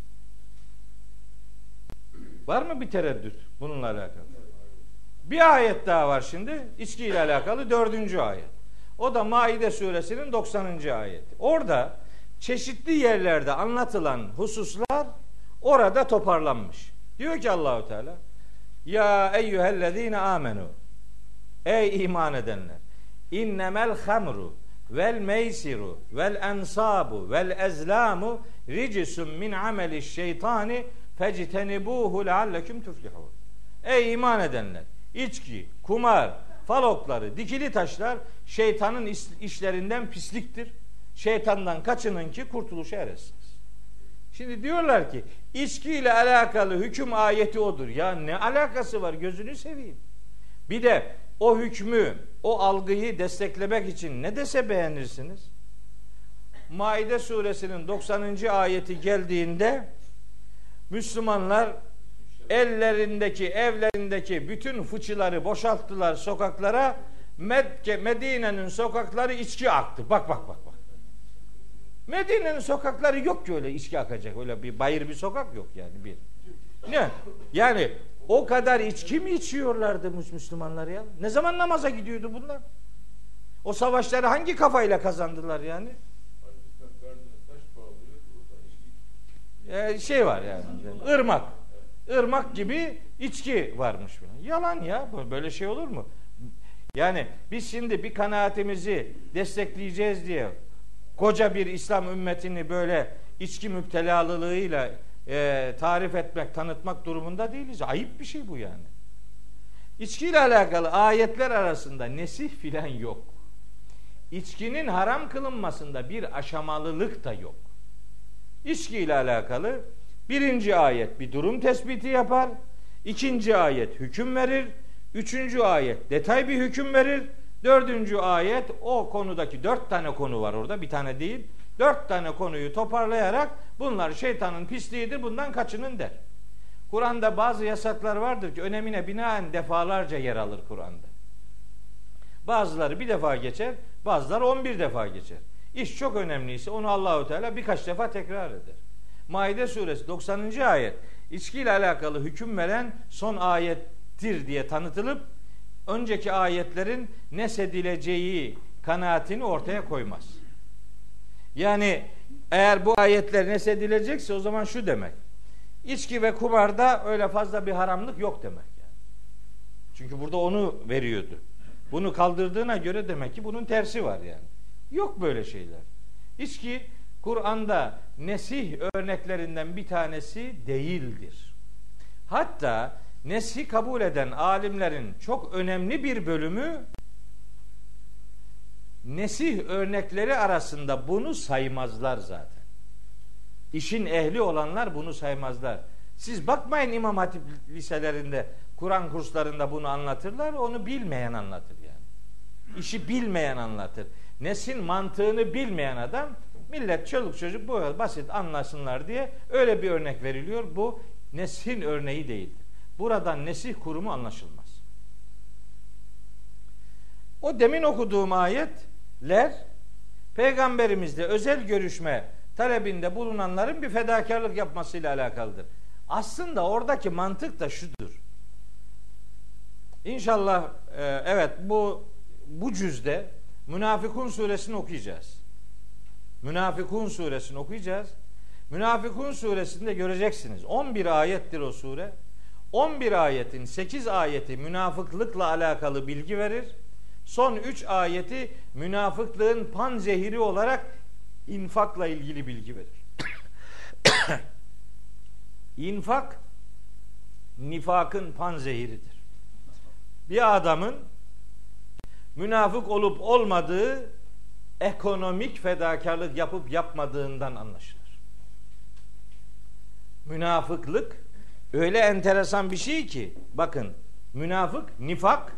Var mı bir tereddüt bununla alakalı? Bir ayet daha var şimdi. İçkiyle alakalı dördüncü ayet. O da Maide suresinin doksanıncı ayeti. Orada çeşitli yerlerde anlatılan hususlar orada toparlanmış. Diyor ki Allahu Teala: Ya eyyühellezine amenu, ey iman edenler, innemel hamru vel meysiru vel ensabu vel ezlamu ricisun min ameli şeytani fectenibuhu lealleküm tuflihun. Ey iman edenler, içki, kumar, falokları, dikili taşlar şeytanın işlerinden pisliktir. Şeytandan kaçının ki kurtuluşa eresiniz. Şimdi diyorlar ki içki ile alakalı hüküm ayeti odur. Ya ne alakası var, gözünü seveyim. Bir de o hükmü, o algıyı desteklemek için ne dese beğenirsiniz? Maide suresinin doksanıncı ayeti geldiğinde Müslümanlar ellerindeki, evlerindeki bütün fıçıları boşalttılar sokaklara. Mekke, Medine'nin sokakları içki aktı. Bak bak bak bak. Medine'nin sokakları yok ki öyle içki akacak. Öyle bir bayır bir sokak yok yani bir. Ne? Yani o kadar içki mi içiyorlardı Müslümanlar ya? Ne zaman namaza gidiyordu bunlar? O savaşları hangi kafayla kazandılar yani? Ee, şey var yani. Irmak. Irmak gibi içki varmış. Yalan ya. Böyle şey olur mu? Yani biz şimdi bir kanaatimizi destekleyeceğiz diye koca bir İslam ümmetini böyle içki müptelalılığıyla e, tarif etmek, tanıtmak durumunda değiliz. Ayıp bir şey bu yani. İçkiyle alakalı ayetler arasında nesih filan yok. İçkinin haram kılınmasında bir aşamalılık da yok. İçkiyle alakalı birinci ayet bir durum tespiti yapar. İkinci ayet hüküm verir. Üçüncü ayet detay bir hüküm verir. Dördüncü ayet o konudaki dört tane konu var orada, bir tane değil. Dört tane konuyu toparlayarak bunlar şeytanın pisliğidir, bundan kaçının der. Kur'an'da bazı yasaklar vardır ki önemine binaen defalarca yer alır Kur'an'da. Bazıları bir defa geçer, bazıları on bir defa geçer. İş çok önemliyse onu Allahu Teala birkaç defa tekrar eder. Maide suresi doksanıncı ayet içkiyle alakalı hüküm veren son ayettir diye tanıtılıp önceki ayetlerin nesedileceği kanaatini ortaya koymaz. Yani eğer bu ayetler nesedilecekse o zaman şu demek: İçki ve kumarda öyle fazla bir haramlık yok demek yani. Çünkü burada onu veriyordu. Bunu kaldırdığına göre demek ki bunun tersi var yani. Yok böyle şeyler. İçki Kur'an'da nesih örneklerinden bir tanesi değildir. Hatta nesih kabul eden alimlerin çok önemli bir bölümü nesih örnekleri arasında bunu saymazlar zaten. İşin ehli olanlar bunu saymazlar. Siz bakmayın İmam Hatip liselerinde, Kur'an kurslarında bunu anlatırlar, onu bilmeyen anlatır yani. İşi bilmeyen anlatır. Nesin mantığını bilmeyen adam, millet çoluk çocuk bu basit anlasınlar diye öyle bir örnek veriliyor. Bu nesin örneği değildir. Buradan nesih kurumu anlaşılmaz. O demin okuduğum ayetler Peygamberimizle özel görüşme talebinde bulunanların bir fedakarlık yapmasıyla alakalıdır. Aslında oradaki mantık da şudur. İnşallah e, evet bu bu cüzde Münafıkun suresini okuyacağız. Münafıkun suresini okuyacağız. Münafıkun suresinde göreceksiniz. on bir ayettir o sure. on bir ayetin sekiz ayeti münafıklıkla alakalı bilgi verir. Son üç ayeti münafıklığın panzehiri olarak infakla ilgili bilgi verir. İnfak nifakın panzehiridir. Bir adamın münafık olup olmadığı ekonomik fedakarlık yapıp yapmadığından anlaşılır. Münafıklık öyle enteresan bir şey ki bakın Münafık, nifak.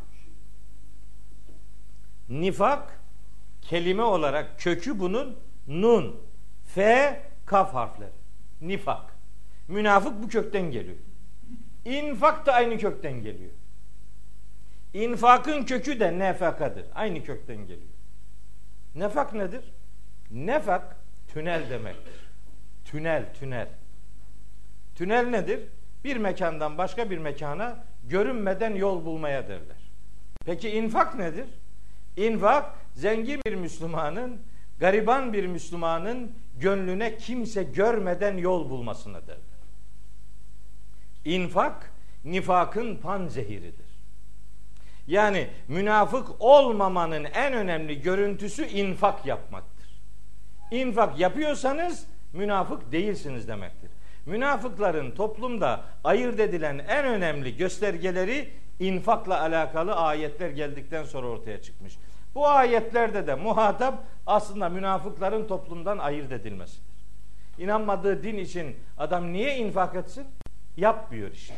Nifak kelime olarak kökü bunun nun, fe, kaf harfleri. Nifak. Münafık bu kökten geliyor. İnfak da aynı kökten geliyor. İnfakın kökü de nefakadır. Aynı kökten geliyor. Nefak nedir? Nefak tünel demektir. Tünel, tünel. Tünel nedir? Bir mekandan başka bir mekana görünmeden yol bulmaya derler. Peki infak nedir? İnfak, zengin bir Müslümanın, gariban bir Müslümanın gönlüne kimse görmeden yol bulmasına derler. İnfak, nifakın panzehiridir. Yani münafık olmamanın en önemli görüntüsü infak yapmaktır. İnfak yapıyorsanız münafık değilsiniz demektir. Münafıkların toplumda ayırt edilen en önemli göstergeleri infakla alakalı ayetler geldikten sonra ortaya çıkmış. Bu ayetlerde de muhatap aslında münafıkların toplumdan ayırt edilmesidir. İnanmadığı din için adam niye infak etsin? Yapmıyor işte.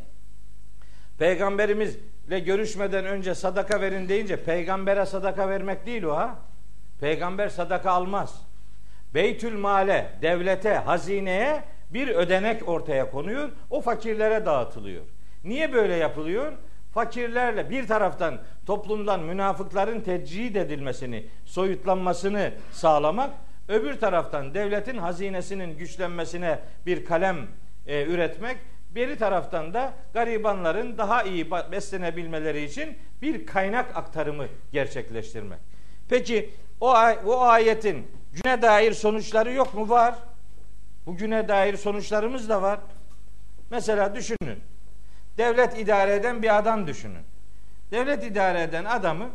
Peygamberimizle görüşmeden önce sadaka verin deyince peygambere sadaka vermek değil o ha. Peygamber sadaka almaz. Beytül male, devlete, hazineye bir ödenek ortaya konuyor. O fakirlere dağıtılıyor. Niye böyle yapılıyor? Fakirlerle bir taraftan toplumdan münafıkların tecrid edilmesini, soyutlanmasını sağlamak, öbür taraftan devletin hazinesinin güçlenmesine bir kalem e, üretmek, bir taraftan da garibanların daha iyi beslenebilmeleri için bir kaynak aktarımı gerçekleştirmek. Peki o, o ayetin güne dair sonuçları yok mu? Var. Bugüne dair sonuçlarımız da var. Mesela düşünün. Devlet idare eden bir adam düşünün. Devlet idare eden adamı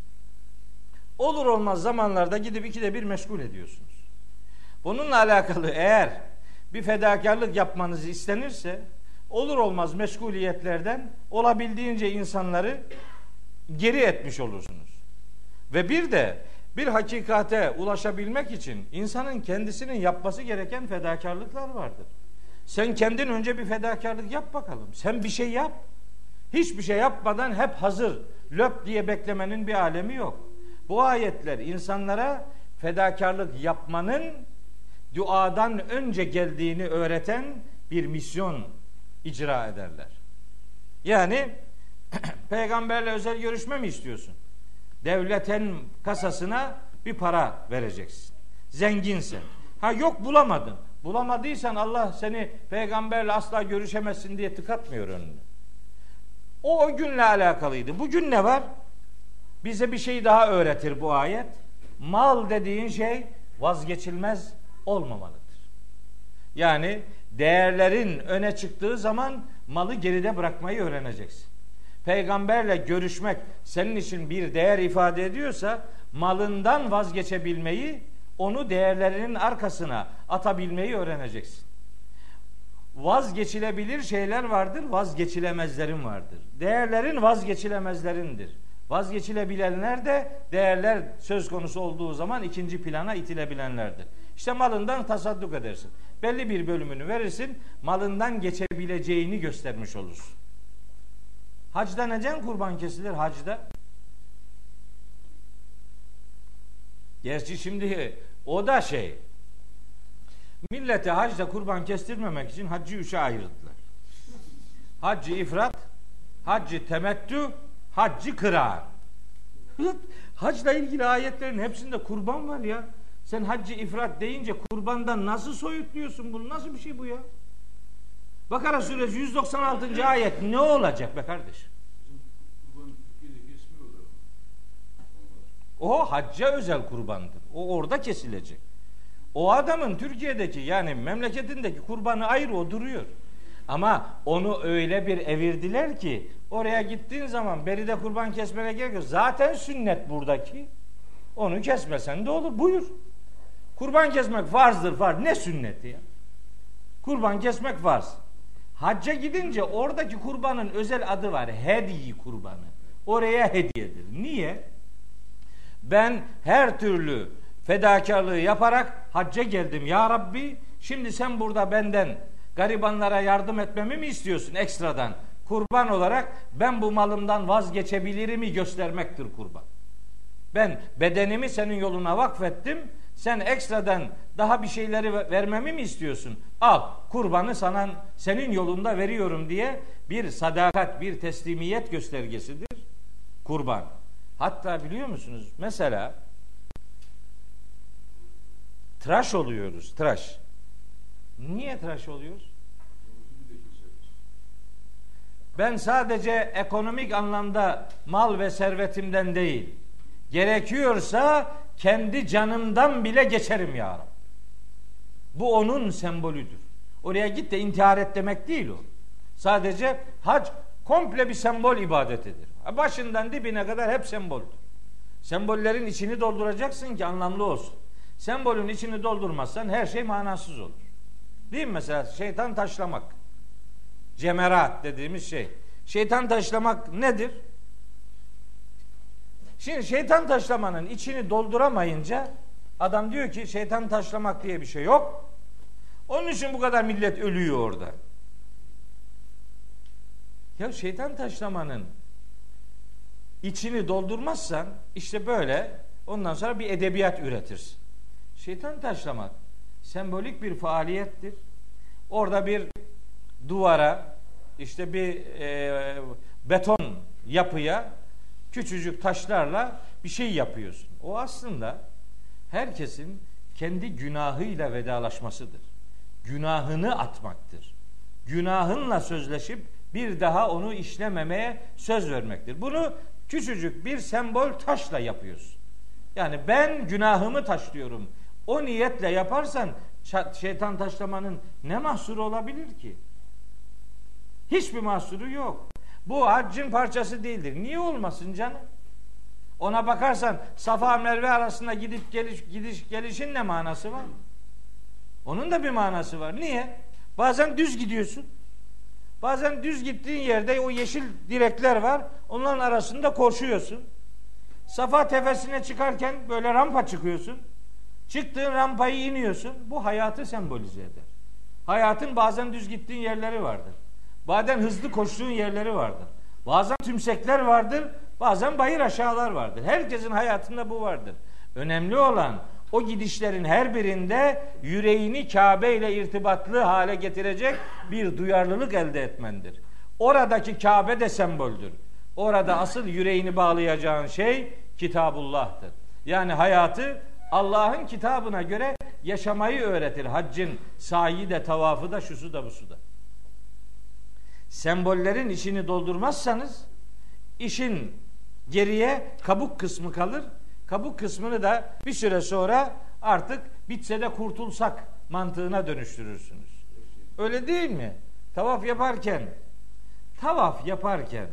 olur olmaz zamanlarda gidip ikide bir meşgul ediyorsunuz. Bununla alakalı eğer bir fedakarlık yapmanızı istenirse olur olmaz meşguliyetlerden olabildiğince insanları geri etmiş olursunuz. Ve bir de bir hakikate ulaşabilmek için insanın kendisinin yapması gereken fedakarlıklar vardır. Sen kendin önce bir fedakarlık yap bakalım. Sen bir şey yap. Hiçbir şey yapmadan hep hazır, löp diye beklemenin bir alemi yok. Bu ayetler insanlara fedakarlık yapmanın duadan önce geldiğini öğreten bir misyon icra ederler. Yani peygamberle özel görüşme mi istiyorsun? Devletin kasasına bir para vereceksin. Zenginsin. Ha yok bulamadın. Bulamadıysan Allah seni peygamberle asla görüşemezsin diye tıkatmıyor önüne. O, o günle alakalıydı. Bugün ne var? Bize bir şey daha öğretir bu ayet. Mal dediğin şey vazgeçilmez olmamalıdır. Yani değerlerin öne çıktığı zaman malı geride bırakmayı öğreneceksin. Peygamberle görüşmek senin için bir değer ifade ediyorsa malından vazgeçebilmeyi, onu değerlerinin arkasına atabilmeyi öğreneceksin. Vazgeçilebilir şeyler vardır, vazgeçilemezlerin vardır. Değerlerin vazgeçilemezlerindir. Vazgeçilebilenler de değerler söz konusu olduğu zaman ikinci plana itilebilenlerdir. İşte malından tasadduk edersin. Belli bir bölümünü verirsin, malından geçebileceğini göstermiş olursun. Hacda neden kurban kesilir? Hacda. Gerçi şimdi o da şey. Millete hacda kurban kestirmemek için haccı üçe ayırdılar. Haccı ifrat, haccı temettü, haccı kırar. Hacla ilgili ayetlerin hepsinde kurban var ya. Sen haccı ifrat deyince kurbandan nasıl soyutluyorsun bunu? Nasıl bir şey bu ya? Bakara suresi yüz doksan altıncı ayet ne olacak be kardeş? O hacca özel kurbandır. O orada kesilecek. O adamın Türkiye'deki yani memleketindeki kurbanı ayrı, o duruyor. Ama onu öyle bir evirdiler ki oraya gittiğin zaman beride kurban kesmene gerek yok. Zaten sünnet buradaki. Onu kesmesen de olur. Buyur. Kurban kesmek farzdır farz. Ne sünneti ya? Kurban kesmek farz. Hacca gidince oradaki kurbanın özel adı var. Hediye kurbanı. Oraya hediyedir. Niye? Ben her türlü fedakarlığı yaparak hacca geldim. Ya Rabbi, şimdi sen burada benden garibanlara yardım etmemi mi istiyorsun ekstradan? Kurban olarak ben bu malımdan vazgeçebilirimi göstermektir kurban. Ben bedenimi senin yoluna vakfettim. Sen ekstradan daha bir şeyleri vermemi mi istiyorsun? Al, kurbanı sana senin yolunda veriyorum diye bir sadakat, bir teslimiyet göstergesidir kurban. Hatta biliyor musunuz? Mesela tıraş oluyoruz, tıraş. Niye tıraş oluyoruz? Ben sadece ekonomik anlamda mal ve servetimden değil, gerekiyorsa kendi canımdan bile geçerim ya Rabbi. Bu onun sembolüdür. Oraya git de intihar et demek değil o. Sadece hac komple bir sembol ibadetidir. Başından dibine kadar hep semboldür. Sembollerin içini dolduracaksın ki anlamlı olsun. Sembolün içini doldurmazsan her şey manasız olur. Değil mi mesela şeytan taşlamak? Cemerat dediğimiz şey. Şeytan taşlamak nedir? Şimdi şeytan taşlamanın içini dolduramayınca adam diyor ki şeytan taşlamak diye bir şey yok. Onun için bu kadar millet ölüyor orada. Ya şeytan taşlamanın içini doldurmazsan işte böyle ondan sonra bir edebiyat üretirsin. Şeytan taşlamak sembolik bir faaliyettir. Orada bir duvara işte bir e, beton yapıya küçücük taşlarla bir şey yapıyorsun. O aslında herkesin kendi günahıyla vedalaşmasıdır. Günahını atmaktır. Günahınla sözleşip bir daha onu işlememeye söz vermektir. Bunu küçücük bir sembol taşla yapıyorsun. Yani ben günahımı taşlıyorum. O niyetle yaparsan şeytan taşlamanın ne mahsuru olabilir ki? Hiçbir mahsuru yok. Bu haccın parçası değildir. Niye olmasın canım? Ona bakarsan Safa Merve arasında gidip geliş, gidiş gelişin ne manası var? Onun da bir manası var. Niye? Bazen düz gidiyorsun. Bazen düz gittiğin yerde o yeşil direkler var. Onların arasında koşuyorsun. Safa tepesine çıkarken böyle rampa çıkıyorsun. Çıktığın rampayı iniyorsun. Bu hayatı sembolize eder. Hayatın bazen düz gittiğin yerleri vardır. Bazen hızlı koştuğun yerleri vardır. Bazen tümsekler vardır. Bazen bayır aşağılar vardır. Herkesin hayatında bu vardır. Önemli olan o gidişlerin her birinde yüreğini Kabe ile irtibatlı hale getirecek bir duyarlılık elde etmendir. Oradaki Kabe de semboldür. Orada asıl yüreğini bağlayacağın şey Kitabullah'tır. Yani hayatı Allah'ın kitabına göre yaşamayı öğretir. Haccın sa'i de, tavafı da, şusu da, busu da. Sembollerin içini doldurmazsanız işin geriye kabuk kısmı kalır. Kabuk kısmını da bir süre sonra artık bitse de kurtulsak mantığına dönüştürürsünüz. Öyle değil mi? Tavaf yaparken tavaf yaparken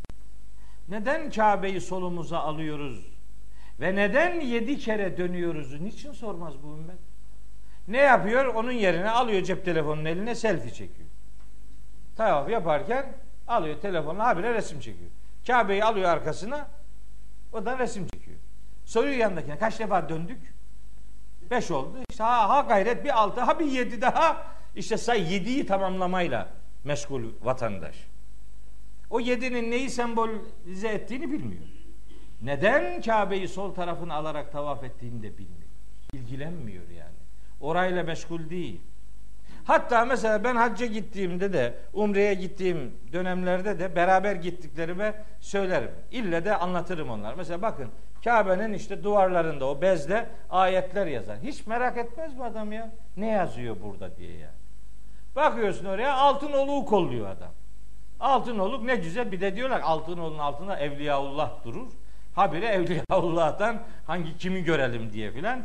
neden Kabe'yi solumuza alıyoruz ve neden yedi kere dönüyoruz? Niçin sormaz bu ümmet? Ne yapıyor? Onun yerine alıyor cep telefonunun eline selfie çekiyor. Tavaf yaparken alıyor telefonla habire resim çekiyor. Kabe'yi alıyor arkasına, o da resim çekiyor. Soruyor yanındakine kaç defa döndük? Beş oldu. İşte ha, ha gayret bir altı, ha bir yedi daha. İşte say yediyi tamamlamayla meşgul vatandaş. O yedinin neyi sembolize ettiğini bilmiyor. Neden Kabe'yi sol tarafına alarak tavaf ettiğini de bilmiyor. İlgilenmiyor yani. Orayla meşgul değil. Hatta mesela ben hacca gittiğimde de, umreye gittiğim dönemlerde de beraber gittiklerime söylerim. İlle de anlatırım onlar. Mesela bakın Kabe'nin işte duvarlarında o bezle ayetler yazar. Hiç merak etmez mi adam ya? Ne yazıyor burada diye yani. Bakıyorsun oraya altın oluğu kolluyor adam. Altın oluk ne güzel, bir de diyorlar altın olun altında Evliyaullah durur. Habire Evliyaullah'tan hangi kimi görelim diye filan.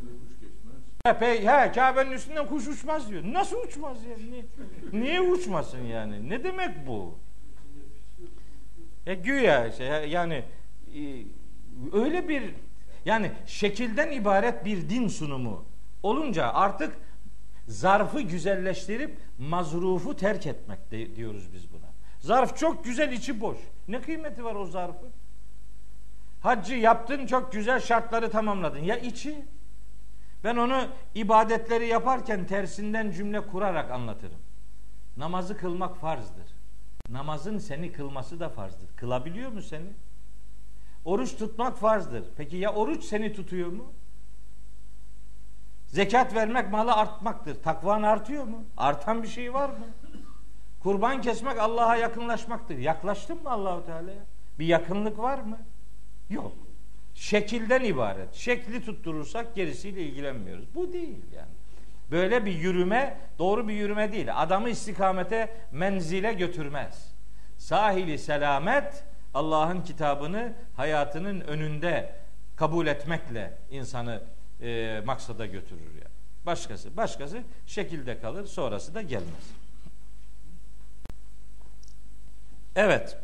He, he Kabe'nin üstünden kuş uçmaz diyor. Nasıl uçmaz ya? Niye, niye uçmasın yani? Ne demek bu? E güya şey, yani e, öyle bir yani şekilden ibaret bir din sunumu olunca artık zarfı güzelleştirip mazrufu terk etmek de, diyoruz biz buna. Zarf çok güzel, içi boş. Ne kıymeti var o zarfın? Haccı yaptın, çok güzel şartları tamamladın. Ya içi? Ben onu ibadetleri yaparken tersinden cümle kurarak anlatırım. Namazı kılmak farzdır. Namazın seni kılması da farzdır. Kılabiliyor mu seni? Oruç tutmak farzdır. Peki ya oruç seni tutuyor mu? Zekat vermek malı artmaktır. Takvan artıyor mu? Artan bir şey var mı? Kurban kesmek Allah'a yakınlaşmaktır. Yaklaştın mı Allahu Teala'ya? Bir yakınlık var mı? Yok. Şekilden ibaret. Şekli tutturursak gerisiyle ilgilenmiyoruz. Bu değil yani. Böyle bir yürüme doğru bir yürüme değil. Adamı istikamete, menzile götürmez. Sahili selamet Allah'ın kitabını hayatının önünde kabul etmekle insanı e, maksada götürür yani. Başkası, başkası şekilde kalır, sonrası da gelmez. Evet.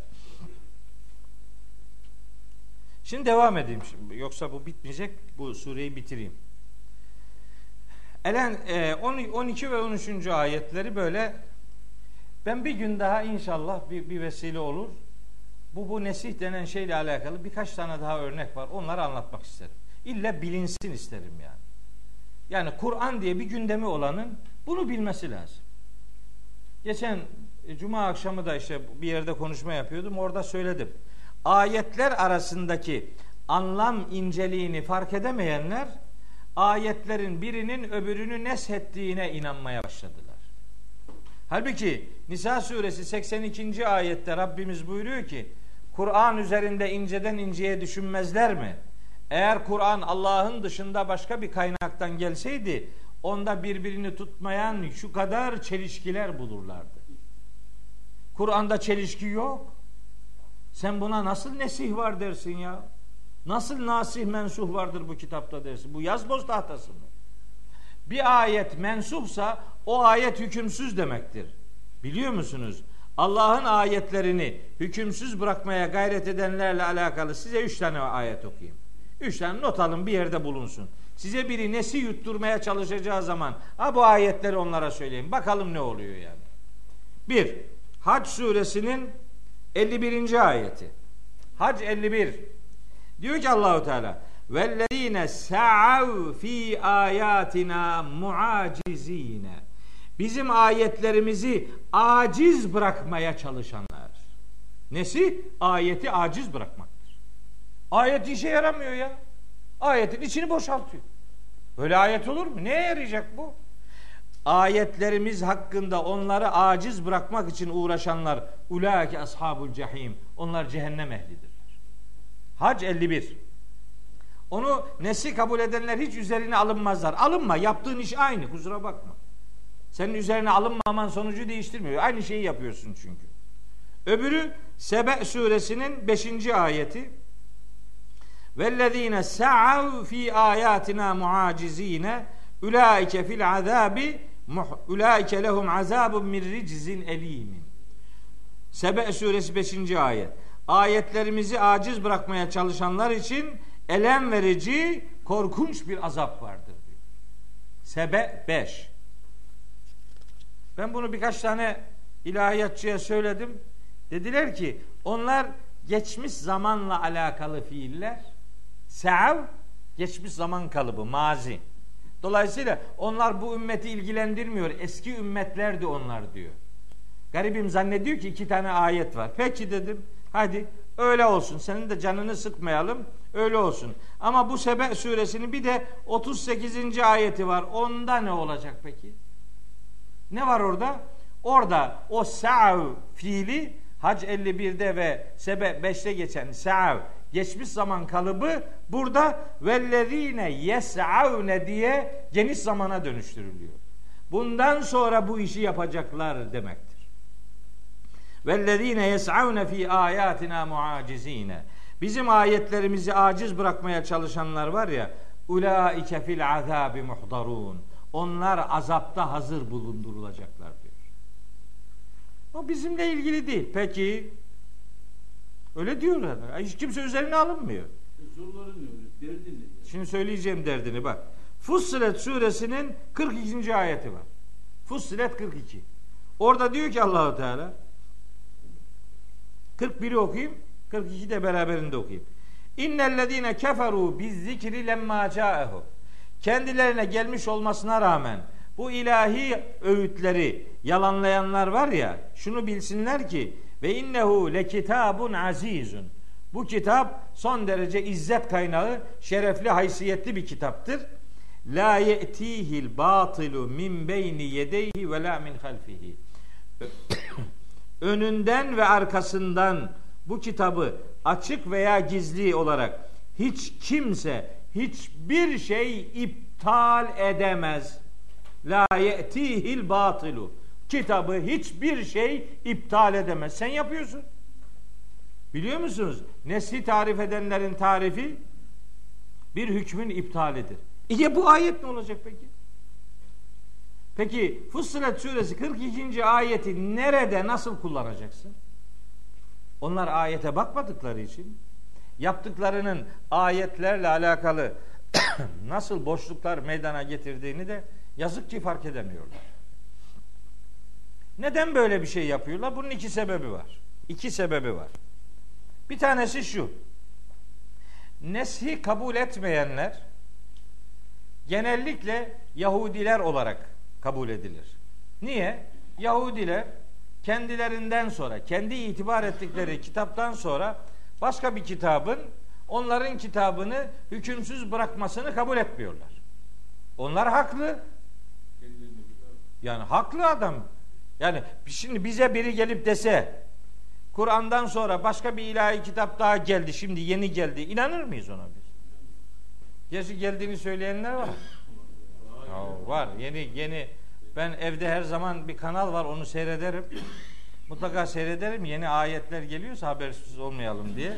Şimdi devam edeyim. Şimdi. Yoksa bu bitmeyecek. Bu sureyi bitireyim. Elen on iki ve on üçüncü ayetleri böyle ben bir gün daha inşallah bir, bir vesile olur. Bu bu nesih denen şeyle alakalı birkaç tane daha örnek var. Onları anlatmak isterim. İlla bilinsin isterim yani. Yani Kur'an diye bir gündemi olanın bunu bilmesi lazım. Geçen Cuma akşamı da işte bir yerde konuşma yapıyordum. Orada söyledim. Ayetler arasındaki anlam inceliğini fark edemeyenler ayetlerin birinin öbürünü neshettiğine inanmaya başladılar. Halbuki Nisa suresi seksen ikinci ayette Rabbimiz buyuruyor ki Kur'an üzerinde inceden inceye düşünmezler mi? Eğer Kur'an Allah'ın dışında başka bir kaynaktan gelseydi onda birbirini tutmayan şu kadar çelişkiler bulurlardı. Kur'an'da çelişki yok. Sen buna nasıl nesih var dersin ya? Nasıl nasih mensuh vardır bu kitapta dersin? Bu yazboz tahtası mı? Bir ayet mensuhsa o ayet hükümsüz demektir. Biliyor musunuz? Allah'ın ayetlerini hükümsüz bırakmaya gayret edenlerle alakalı size üç tane ayet okuyayım. Üç tane not alın, bir yerde bulunsun. Size biri nesih yutturmaya çalışacağı zaman ha bu ayetleri onlara söyleyin. Bakalım ne oluyor yani. Bir, Hac suresinin elli birinci ayeti. Hac elli bir. Diyor ki Allahu Teala: "Vellezine sa'u fi ayatina muacizine." Bizim ayetlerimizi aciz bırakmaya çalışanlar. Nesi? Ayeti aciz bırakmaktır. Ayet işe yaramıyor ya. Ayetin içini boşaltıyor. Böyle ayet olur mu? Neye yarayacak bu? Ayetlerimiz hakkında onları aciz bırakmak için uğraşanlar ulaike ashabul cehim. Onlar cehennem ehlidirler. Hac elli bir. Onu nesli kabul edenler hiç üzerine alınmazlar. Alınma, yaptığın iş aynı, kusura bakma. Senin üzerine alınmaman sonucu değiştirmiyor. Aynı şeyi yapıyorsun çünkü. Öbürü Sebe suresinin beşinci ayeti. Vellezine sa'u fi ayatina muacizine ulaike fil azabi ulaike lehum azabun min riczin elimin. Sebe suresi beşinci ayet. Ayetlerimizi aciz bırakmaya çalışanlar için elem verici, korkunç bir azap vardır diyor. Sebe beş. Ben bunu birkaç tane ilahiyatçıya söyledim. Dediler ki onlar geçmiş zamanla alakalı fiiller. Sa'v geçmiş zaman kalıbı, mazi. Dolayısıyla onlar bu ümmeti ilgilendirmiyor. Eski ümmetlerdi onlar diyor. Garibim zannediyor ki iki tane ayet var. Peki dedim. Hadi öyle olsun. Senin de canını sıkmayalım. Öyle olsun. Ama bu Sebe suresinin bir de otuz sekizinci ayeti var. Onda ne olacak peki? Ne var orada? Orada o sa'v fiili Hac elli birde ve Sebe beşte geçen sa'v geçmiş zaman kalıbı burada vellezine yes'avne diye geniş zamana dönüştürülüyor. Bundan sonra bu işi yapacaklar demektir. Vellezine yes'avne fi ayatina muacizine. Bizim ayetlerimizi aciz bırakmaya çalışanlar var ya, ulaike fil azabi muhdarun. Onlar azapta hazır bulundurulacaklar diyor. O bizimle ilgili değil. Peki öyle diyorlar. Hiç kimse üzerine alınmıyor. Zorları ne öyle? Derdi ne? Şimdi söyleyeceğim derdini bak. Fussilet suresinin kırk ikinci ayeti var. Fussilet kırk iki. Orada diyor ki Allahu Teala, kırk biri okuyayım, kırk iki de beraberinde okuyayım. İnnellezine keferu bizzikri lemma ca'ehu. Kendilerine gelmiş olmasına rağmen bu ilahi öğütleri yalanlayanlar var ya, şunu bilsinler ki Ve innehu lekitabun azizun. Bu kitap son derece izzet kaynağı, şerefli, haysiyetli bir kitaptır. La ye'tihil batilu min beyni yedeyhi ve la min halfihi. Önünden ve arkasından bu kitabı açık veya gizli olarak hiç kimse hiçbir şey iptal edemez. La ye'tihil batilu. Kitabı hiçbir şey iptal edemez. Sen yapıyorsun. Biliyor musunuz? Nesli tarif edenlerin tarifi bir hükmün iptalidir. İyi, bu ayet ne olacak peki? Peki Fussilet suresi kırk ikinci ayeti nerede, nasıl kullanacaksın? Onlar ayete bakmadıkları için yaptıklarının ayetlerle alakalı nasıl boşluklar meydana getirdiğini de yazık ki fark edemiyorlar. Neden böyle bir şey yapıyorlar? Bunun iki sebebi var. İki sebebi var. Bir tanesi şu. Neshi kabul etmeyenler genellikle Yahudiler olarak kabul edilir. Niye? Yahudiler kendilerinden sonra, kendi itibar ettikleri kitaptan sonra başka bir kitabın onların kitabını hükümsüz bırakmasını kabul etmiyorlar. Onlar haklı. Yani haklı adam. Yani şimdi bize biri gelip dese Kur'an'dan sonra başka bir ilahi kitap daha geldi, şimdi yeni geldi. İnanır mıyız ona biz? Gerçi geldiğini söyleyenler var. Ya var. Yeni yeni ben evde her zaman bir kanal var, onu seyrederim. Mutlaka seyrederim. Yeni ayetler geliyorsa habersiz olmayalım diye.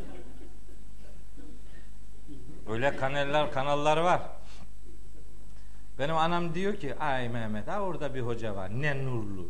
Öyle kanallar kanallar var. Benim anam diyor ki ay Mehmet ha orada bir hoca var ne nurlu.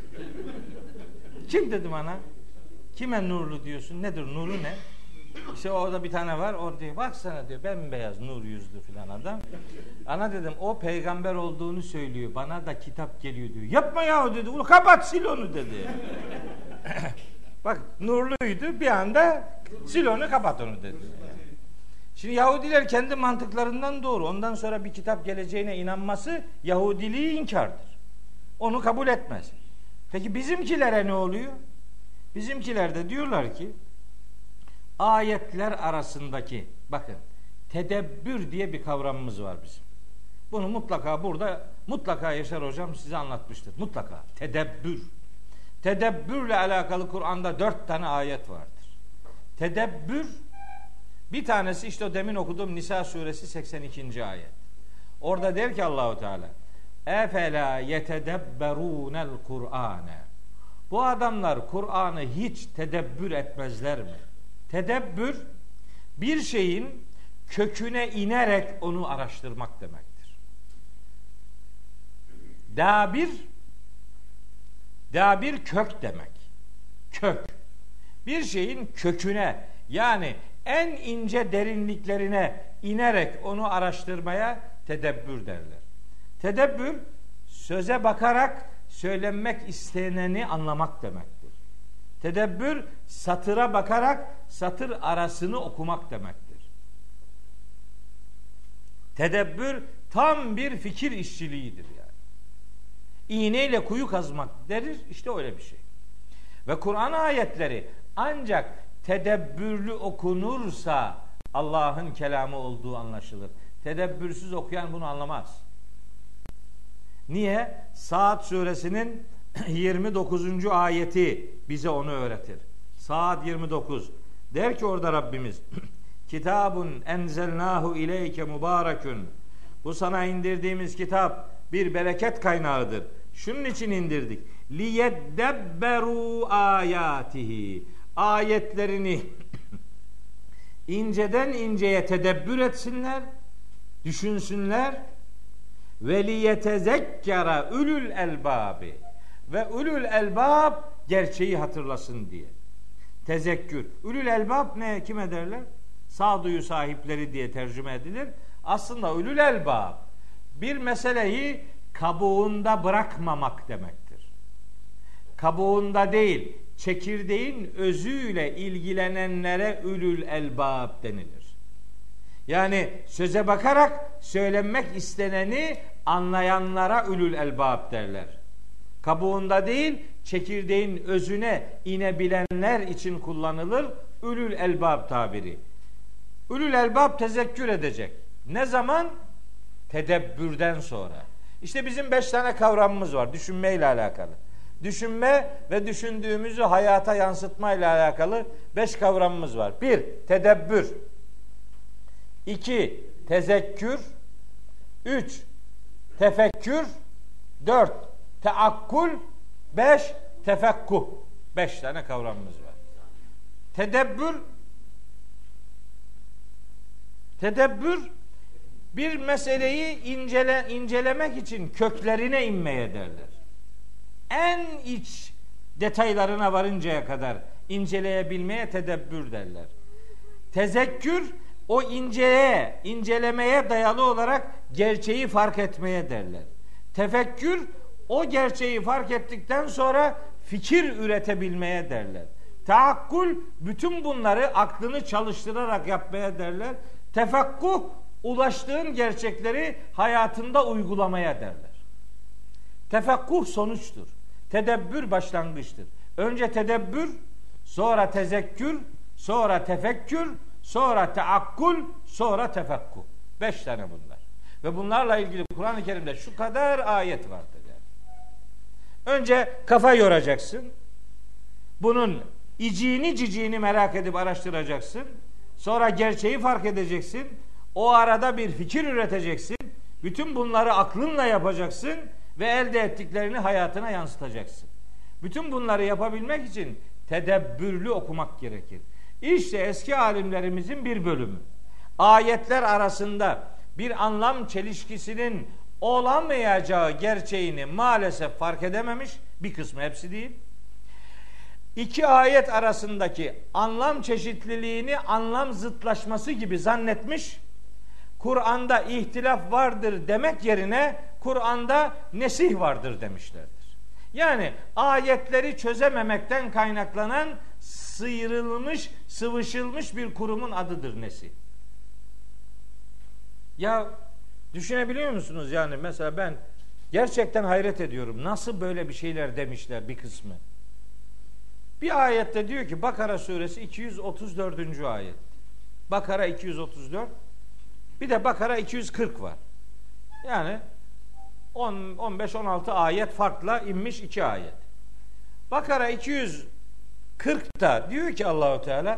Kim dedim ana? Kime nurlu diyorsun? Nedir nuru ne? İşte orada bir tane var, o diyor baksana diyor bembeyaz nur yüzlü filan adam. Ana dedim o peygamber olduğunu söylüyor, bana da kitap geliyor diyor. Yapma ya dedi, onu kapat sil onu dedi. Bak nurluydu, bir anda sil onu kapat onu dedi. Şimdi Yahudiler kendi mantıklarından doğru, ondan sonra bir kitap geleceğine inanması Yahudiliği inkardır. Onu kabul etmez. Peki bizimkilere ne oluyor? Bizimkiler de diyorlar ki ayetler arasındaki, bakın tedebbür diye bir kavramımız var bizim. Bunu mutlaka burada mutlaka Yaşar hocam size anlatmıştır. Mutlaka tedebbür. Tedebbürle alakalı Kur'an'da dört tane ayet vardır. Tedebbür bir tanesi işte o demin okuduğum Nisa suresi seksen ikinci ayet. Orada der ki Allahu Teala efela yetedebberunel Kur'ane. Bu adamlar Kur'an'ı hiç tedebbür etmezler mi? Tedebbür bir şeyin köküne inerek onu araştırmak demektir. Dabir dabir kök demek. Kök. Bir şeyin köküne, yani en ince derinliklerine inerek onu araştırmaya tedebbür derler. Tedebbür söze bakarak söylenmek isteneni anlamak demektir. Tedebbür satıra bakarak satır arasını okumak demektir. Tedebbür tam bir fikir işçiliğidir yani. İğneyle kuyu kazmak deriz, işte öyle bir şey. Ve Kur'an ayetleri ancak tedebbürlü okunursa Allah'ın kelamı olduğu anlaşılır. Tedebbürsüz okuyan bunu anlamaz. Niye? Saat suresinin yirmi dokuzuncu ayeti bize onu öğretir. Saat yirmi dokuz. Der ki orada Rabbimiz Kitabun enzelnahu ileyke mübarekün. Bu sana indirdiğimiz kitap bir bereket kaynağıdır. Şunun için indirdik. Liyeddebberu ayatihi. Ayetlerini inceden inceye tedebbür etsinler, düşünsünler ve liyetezekkera ulul elbabi ve ulul elbab gerçeği hatırlasın diye. Tezekkür. Ulul elbab ne? Kime derler? Sağduyu sahipleri diye tercüme edilir. Aslında ulul elbab bir meseleyi kabuğunda bırakmamak demektir. Kabuğunda değil, çekirdeğin özüyle ilgilenenlere ulul elbab denilir. Yani söze bakarak söylenmek isteneni anlayanlara ulul elbab derler. Kabuğunda değil, çekirdeğin özüne inebilenler için kullanılır ulul elbab tabiri. Ulul elbab tezekkür edecek. Ne zaman? Tedebbürden sonra. İşte bizim beş tane kavramımız var düşünmeyle alakalı. Düşünme ve düşündüğümüzü hayata yansıtmayla alakalı beş kavramımız var. Bir, tedebbür. İki, tezekkür. Üç, tefekkür. Dört, teakkul. Beş, tefekkuh. Beş tane kavramımız var. Tedebbür Tedebbür bir meseleyi incele, incelemek için köklerine inmeye derler. En iç detaylarına varıncaya kadar inceleyebilmeye tedebbür derler. Tezekkür o inceye, incelemeye dayalı olarak gerçeği fark etmeye derler. Tefekkür o gerçeği fark ettikten sonra fikir üretebilmeye derler. Taakkul bütün bunları aklını çalıştırarak yapmaya derler. Tefekkuh ulaştığın gerçekleri hayatında uygulamaya derler. Tefekkuh sonuçtur. Tedebbür başlangıçtır. Önce tedebbür, sonra tezekkür, sonra tefekkür, sonra teakkul, sonra tefekkuh. Beş tane bunlar. Ve bunlarla ilgili Kur'an-ı Kerim'de şu kadar ayet vardır yani. Önce kafa yoracaksın. Bunun iciğini ciciğini merak edip araştıracaksın. Sonra gerçeği fark edeceksin. O arada bir fikir üreteceksin. Bütün bunları aklınla yapacaksın ve elde ettiklerini hayatına yansıtacaksın. Bütün bunları yapabilmek için tedebbürlü okumak gerekir. İşte eski alimlerimizin bir bölümü. Ayetler arasında bir anlam çelişkisinin olamayacağı gerçeğini maalesef fark edememiş. Bir kısmı, hepsi değil. İki ayet arasındaki anlam çeşitliliğini anlam zıtlaşması gibi zannetmiş. Kur'an'da ihtilaf vardır demek yerine Kur'an'da nesih vardır demişlerdir. Yani ayetleri çözememekten kaynaklanan sıyrılmış, sıvışılmış bir kurumun adıdır nesih. Ya düşünebiliyor musunuz yani mesela ben gerçekten hayret ediyorum. Nasıl böyle bir şeyler demişler bir kısmı. Bir ayette diyor ki Bakara suresi iki yüz otuz dördüncü ayet. Bakara iki yüz otuz dört. Bir de Bakara iki yüz kırk var. Yani on, on beş on altı ayet farkla inmiş iki ayet. Bakara iki yüz kırkta diyor ki Allahu Teala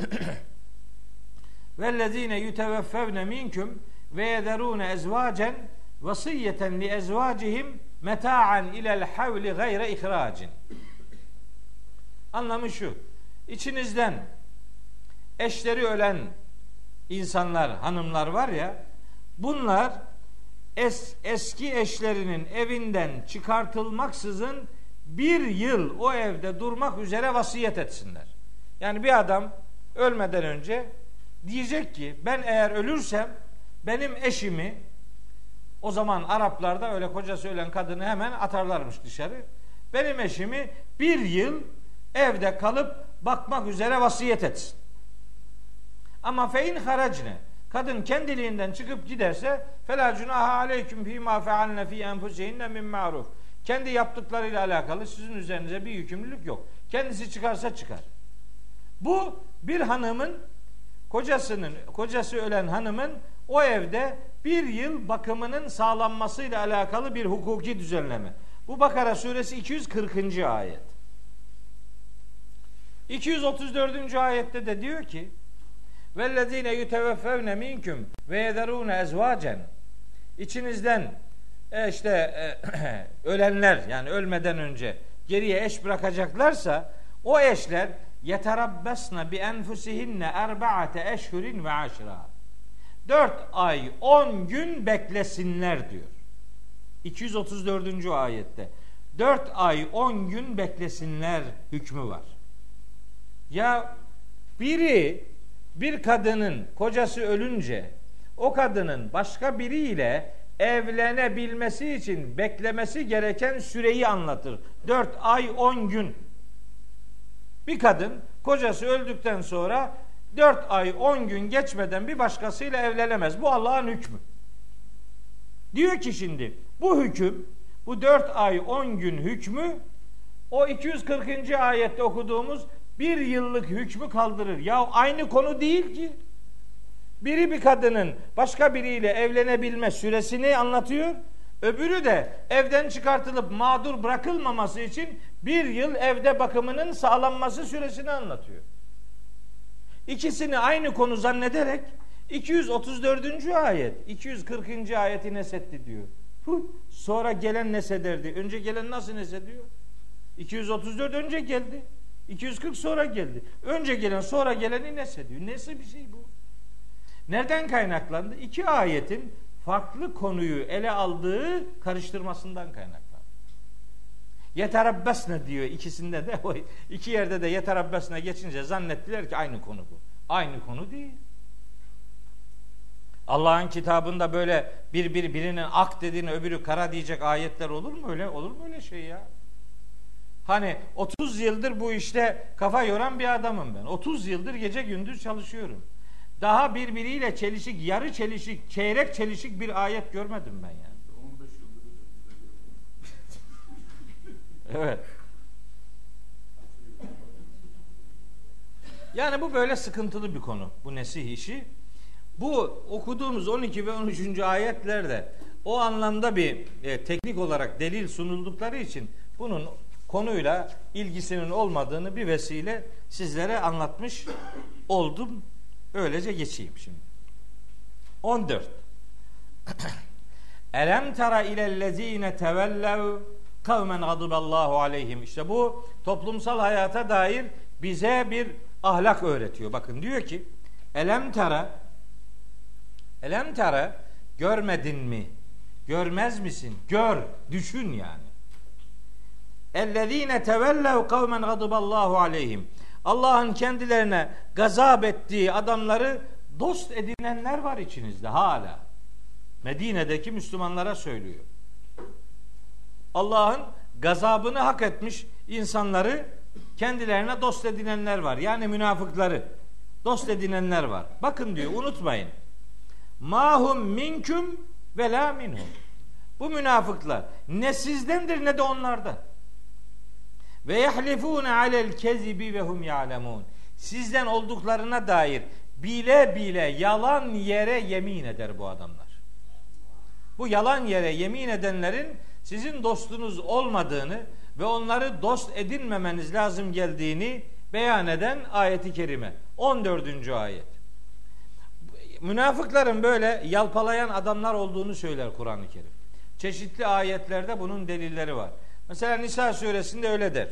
vellezine yuteveffevne minkum ve yederune ezvacen vasiyeten li ezvacihim meta'an ilel havli gayre ihracin. Anlamı şu. İçinizden eşleri ölen insanlar, hanımlar var ya, bunlar es, eski eşlerinin evinden çıkartılmaksızın bir yıl o evde durmak üzere vasiyet etsinler. Yani bir adam ölmeden önce diyecek ki ben eğer ölürsem benim eşimi, o zaman Araplarda öyle kocası ölen kadını hemen atarlarmış dışarı. Benim eşimi bir yıl evde kalıp bakmak üzere vasiyet etsin. Ama fe in haracne, kadın kendiliğinden çıkıp giderse fela cunaha aleyküm fîmâ fealne fî enfusihinne min ma'ruf. Kendi yaptıklarıyla alakalı sizin üzerinize bir yükümlülük yok. Kendisi çıkarsa çıkar. Bu bir hanımın kocasının kocası ölen hanımın o evde bir yıl bakımının sağlanmasıyla alakalı bir hukuki düzenleme. Bu Bakara suresi iki yüz kırkıncı ayet. iki yüz otuz dördüncü ayette de diyor ki vellezine yuteveffevne minkum ve yederune ezvacen, İçinizden e işte e, ölenler, yani ölmeden önce geriye eş bırakacaklarsa o eşler yeterabbesna bi enfusihinne erba'ate eşhurin ve aşra, dört ay on gün beklesinler diyor. iki yüz otuz dördüncü ayette dört ay on gün beklesinler hükmü var. Ya biri, bir kadının kocası ölünce o kadının başka biriyle evlenebilmesi için beklemesi gereken süreyi anlatır. Dört ay on gün. Bir kadın kocası öldükten sonra dört ay on gün geçmeden bir başkasıyla evlenemez. Bu Allah'ın hükmü. Diyor ki şimdi bu hüküm Bu dört ay on gün hükmü o iki yüz kırkıncı ayette okuduğumuz bir yıllık hükmü kaldırır. Ya aynı konu değil ki. Biri bir kadının başka biriyle evlenebilme süresini anlatıyor. Öbürü de evden çıkartılıp mağdur bırakılmaması için bir yıl evde bakımının sağlanması süresini anlatıyor. İkisini aynı konu zannederek iki yüz otuz dördüncü ayet, iki yüz kırkıncı ayeti nesetti diyor. Huh, sonra gelen nesederdi. Önce gelen nasıl nesediyor? iki yüz otuz dört önce geldi. iki yüz kırk sonra geldi. Önce gelen sonra geleni nesediyor. Nesi bir şey bu? Nereden kaynaklandı? İki ayetin farklı konuyu ele aldığı karıştırmasından kaynaklandı. Yeterabbesne diyor ikisinde de, o iki yerde de yeterabbesne geçince zannettiler ki aynı konu bu. Aynı konu değil. Allah'ın kitabında böyle bir bir birinin ak dediğini öbürü kara diyecek ayetler olur mu öyle? Olur mu öyle şey ya? Hani otuz yıldır bu işte kafa yoran bir adamım ben. otuz yıldır gece gündüz çalışıyorum. Daha birbiriyle çelişik, yarı çelişik, çeyrek çelişik bir ayet görmedim ben yani. on beş yıldır. Evet. Yani bu böyle sıkıntılı bir konu. Bu nesih işi. Bu okuduğumuz on iki ve on üçüncü ayetlerde o anlamda bir e, teknik olarak delil sunuldukları için bunun konuyla ilgisinin olmadığını bir vesile sizlere anlatmış oldum. Öylece geçeyim şimdi. on dört. Elem tera ilellezine tevellev kavmen gadiballahu aleyhim. İşte bu toplumsal hayata dair bize bir ahlak öğretiyor. Bakın diyor ki elem tera elem tera görmedin mi? Görmez misin? Gör, düşün yani. Ellezine tevellev kavmen gadiballahu aleyhim. Allah'ın kendilerine gazap ettiği adamları dost edinenler var içinizde hala. Medine'deki Müslümanlara söylüyor. Allah'ın gazabını hak etmiş insanları kendilerine dost edinenler var. Yani münafıkları dost edinenler var. Bakın diyor, unutmayın. Mahum minküm ve la minhum. Bu münafıklar ne sizdendir ne de onlardan. Ve yahlifune alel kezibi ve hum ya'lemun. Sizden olduklarına dair bile bile yalan yere yemin eder bu adamlar. Bu yalan yere yemin edenlerin sizin dostunuz olmadığını ve onları dost edinmemeniz lazım geldiğini beyan eden ayeti kerime. on dördüncü ayet. Münafıkların böyle yalpalayan adamlar olduğunu söyler Kur'an-ı Kerim. Çeşitli ayetlerde bunun delilleri var. Mesela Nisa suresinde öyle der.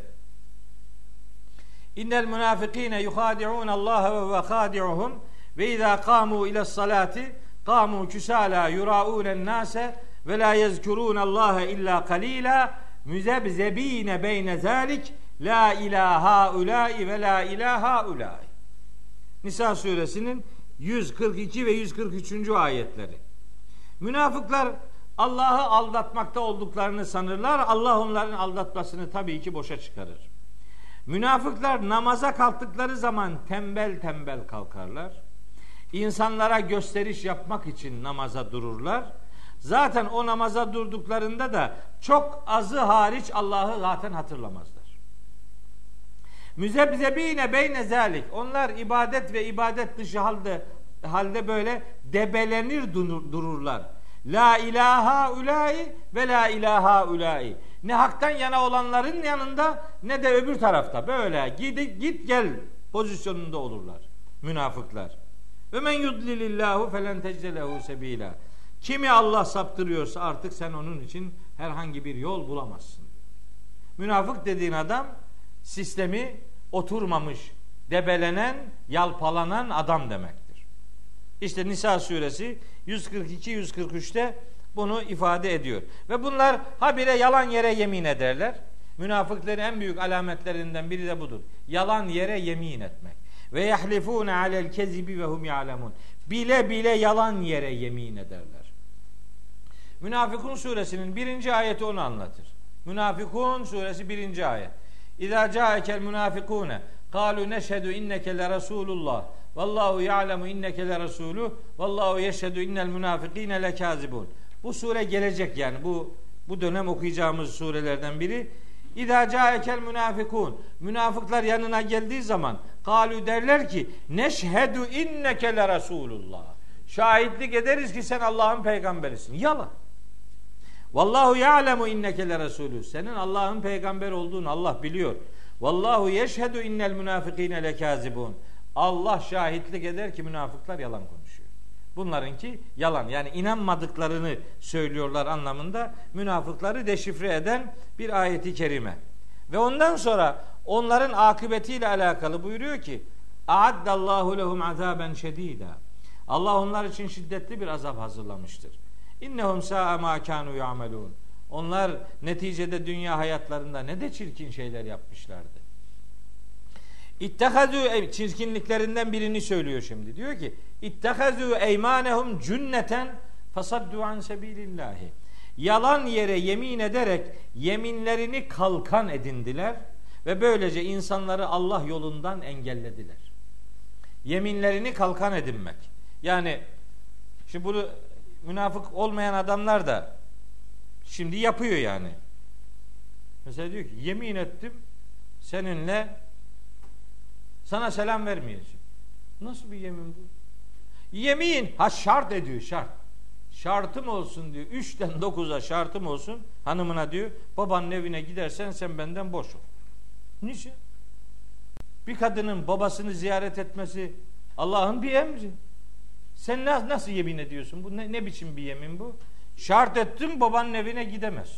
İnnel münafikine yuhadi'un Allah ve khadi'uhum ve izâ kâmû iles salati kâmû küsâlâ yurâûnen nâse ve lâ yezkurûn Allah illâ kalîlâ müzebzebîne beyne zâlik lâ ilâ hâulâi ve lâ ilâ hâulâi. Nisa suresinin yüz kırk iki ve yüz kırk üçüncü ayetleri. Münafıklar Allah'ı aldatmakta olduklarını sanırlar. Allah onların aldatmasını tabii ki boşa çıkarır. Münafıklar namaza kalktıkları zaman tembel tembel kalkarlar. İnsanlara gösteriş yapmak için namaza dururlar. Zaten o namaza durduklarında da çok azı hariç Allah'ı zaten hatırlamazlar. Müzebzebine beyne zalik. Onlar ibadet ve ibadet dışı halde halde böyle debelenir dururlar. La ilaha ulai ve la ilaha ulai. Ne haktan yana olanların yanında ne de öbür tarafta. Böyle git, git gel pozisyonunda olurlar münafıklar. Ve men yudlilillahu felen tecde lehu sebila. Kimi Allah saptırıyorsa artık sen onun için herhangi bir yol bulamazsın. Münafık dediğin adam sistemi oturmamış, debelenen, yalpalanan adam demektir. İşte Nisa suresi yüz kırk iki yüz kırk üçte bunu ifade ediyor. Ve bunlar habire yalan yere yemin ederler. Münafıkların en büyük alametlerinden biri de budur. Yalan yere yemin etmek. Ve yahlifune alel kezibi ve hum ya'lemun. Bile bile yalan yere yemin ederler. Münafıkun suresinin birinci ayeti onu anlatır. Münafıkun suresi birinci ayet. İzâ câekel münafıkûne kâlu neşhedü inneke le rasûlullah vallahu ya'lemu inneke le rasûlüh vallahu yeşhedü innel münafıkîne lekâzibûn. Bu sure gelecek yani bu Bu dönem okuyacağımız surelerden biri. İzâ câekel münâfikûn. Münafıklar yanına geldiği zaman kâlû derler ki neşhedü inneke le Resulullah. Şahitlik ederiz ki sen Allah'ın peygamberisin. Yalan. Vallahu ya'lemu inneke le Resulü. Senin Allah'ın peygamber olduğunu Allah biliyor. Vallahu yeşhedü innel münâfikîne lekâzibûn. Allah şahitlik eder ki münafıklar yalan konuşuyor. Bunlarınki yalan. Yani inanmadıklarını söylüyorlar anlamında münafıkları deşifre eden bir ayeti kerime. Ve ondan sonra onların akıbetiyle alakalı buyuruyor ki A'addallahu lehum azaben şedîdâ. Allah onlar için şiddetli bir azap hazırlamıştır. İnnehum sa'a ma kanu ya'melun. Onlar neticede dünya hayatlarında ne de çirkin şeyler yapmışlardı. İttehazû, çirkinliklerinden birini söylüyor şimdi. Diyor ki İttehazû eymanehum cünneten fasaddu an sebilillahi. Yalan yere yemin ederek yeminlerini kalkan edindiler ve böylece insanları Allah yolundan engellediler. Yeminlerini kalkan edinmek. Yani şimdi bunu münafık olmayan adamlar da şimdi yapıyor yani. Mesela diyor ki yemin ettim seninle sana selam vermeyeceğim. Nasıl bir yemin bu? Yemin ha şart ediyor şart. Şartım olsun diyor. Üçten dokuza şartım olsun. Hanımına diyor babanın evine gidersen sen benden boş ol. Niçin? Bir kadının babasını ziyaret etmesi Allah'ın bir emri. Sen nasıl, nasıl yemin ediyorsun? Bu ne, ne biçim bir yemin bu? Şart ettim babanın evine gidemez.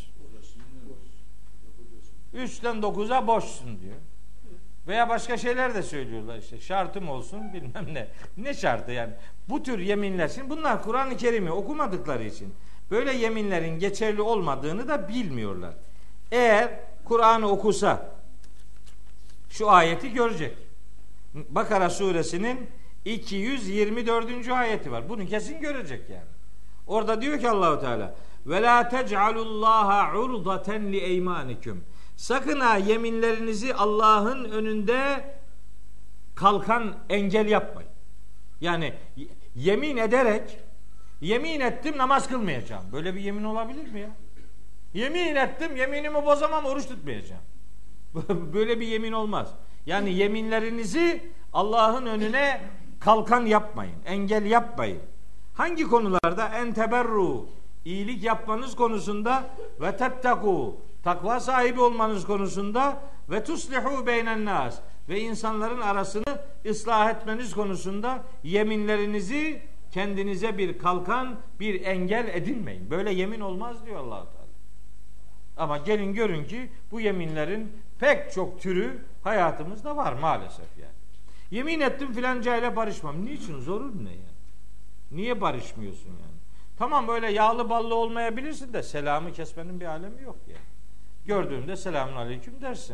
Üçten dokuza boşsun diyor. Veya başka şeyler de söylüyorlar işte. Şartım olsun bilmem ne. Ne şartı yani? Bu tür yeminler. Şimdi bunlar Kur'an-ı Kerim'i okumadıkları için böyle yeminlerin geçerli olmadığını da bilmiyorlar. Eğer Kur'an'ı okusa şu ayeti görecek. Bakara suresinin iki yüz yirmi dördüncü ayeti var. Bunu kesin görecek yani. Orada diyor ki Allahu Teala ve la tec'alullaha urdaten li eymanikum. Sakın ha yeminlerinizi Allah'ın önünde kalkan engel yapmayın. Yani yemin ederek yemin ettim namaz kılmayacağım. Böyle bir yemin olabilir mi ya? Yemin ettim yeminimi bozamam oruç tutmayacağım. Böyle bir yemin olmaz. Yani yeminlerinizi Allah'ın önüne kalkan yapmayın. Engel yapmayın. Hangi konularda? Enteberru iyilik yapmanız konusunda ve tettaku takva sahibi olmanız konusunda ve tuslihu beynen nas ve insanların arasını ıslah etmeniz konusunda yeminlerinizi kendinize bir kalkan, bir engel edinmeyin. Böyle yemin olmaz diyor Allah Teala. Ama gelin görün ki bu yeminlerin pek çok türü hayatımızda var maalesef yani. Yemin ettim filanca ile barışmam. Niçin? Zorun ne yani? Niye barışmıyorsun yani? Tamam böyle yağlı ballı olmayabilirsin de selamı kesmenin bir alemi yok yani. Gördüğünde selamun aleyküm dersin.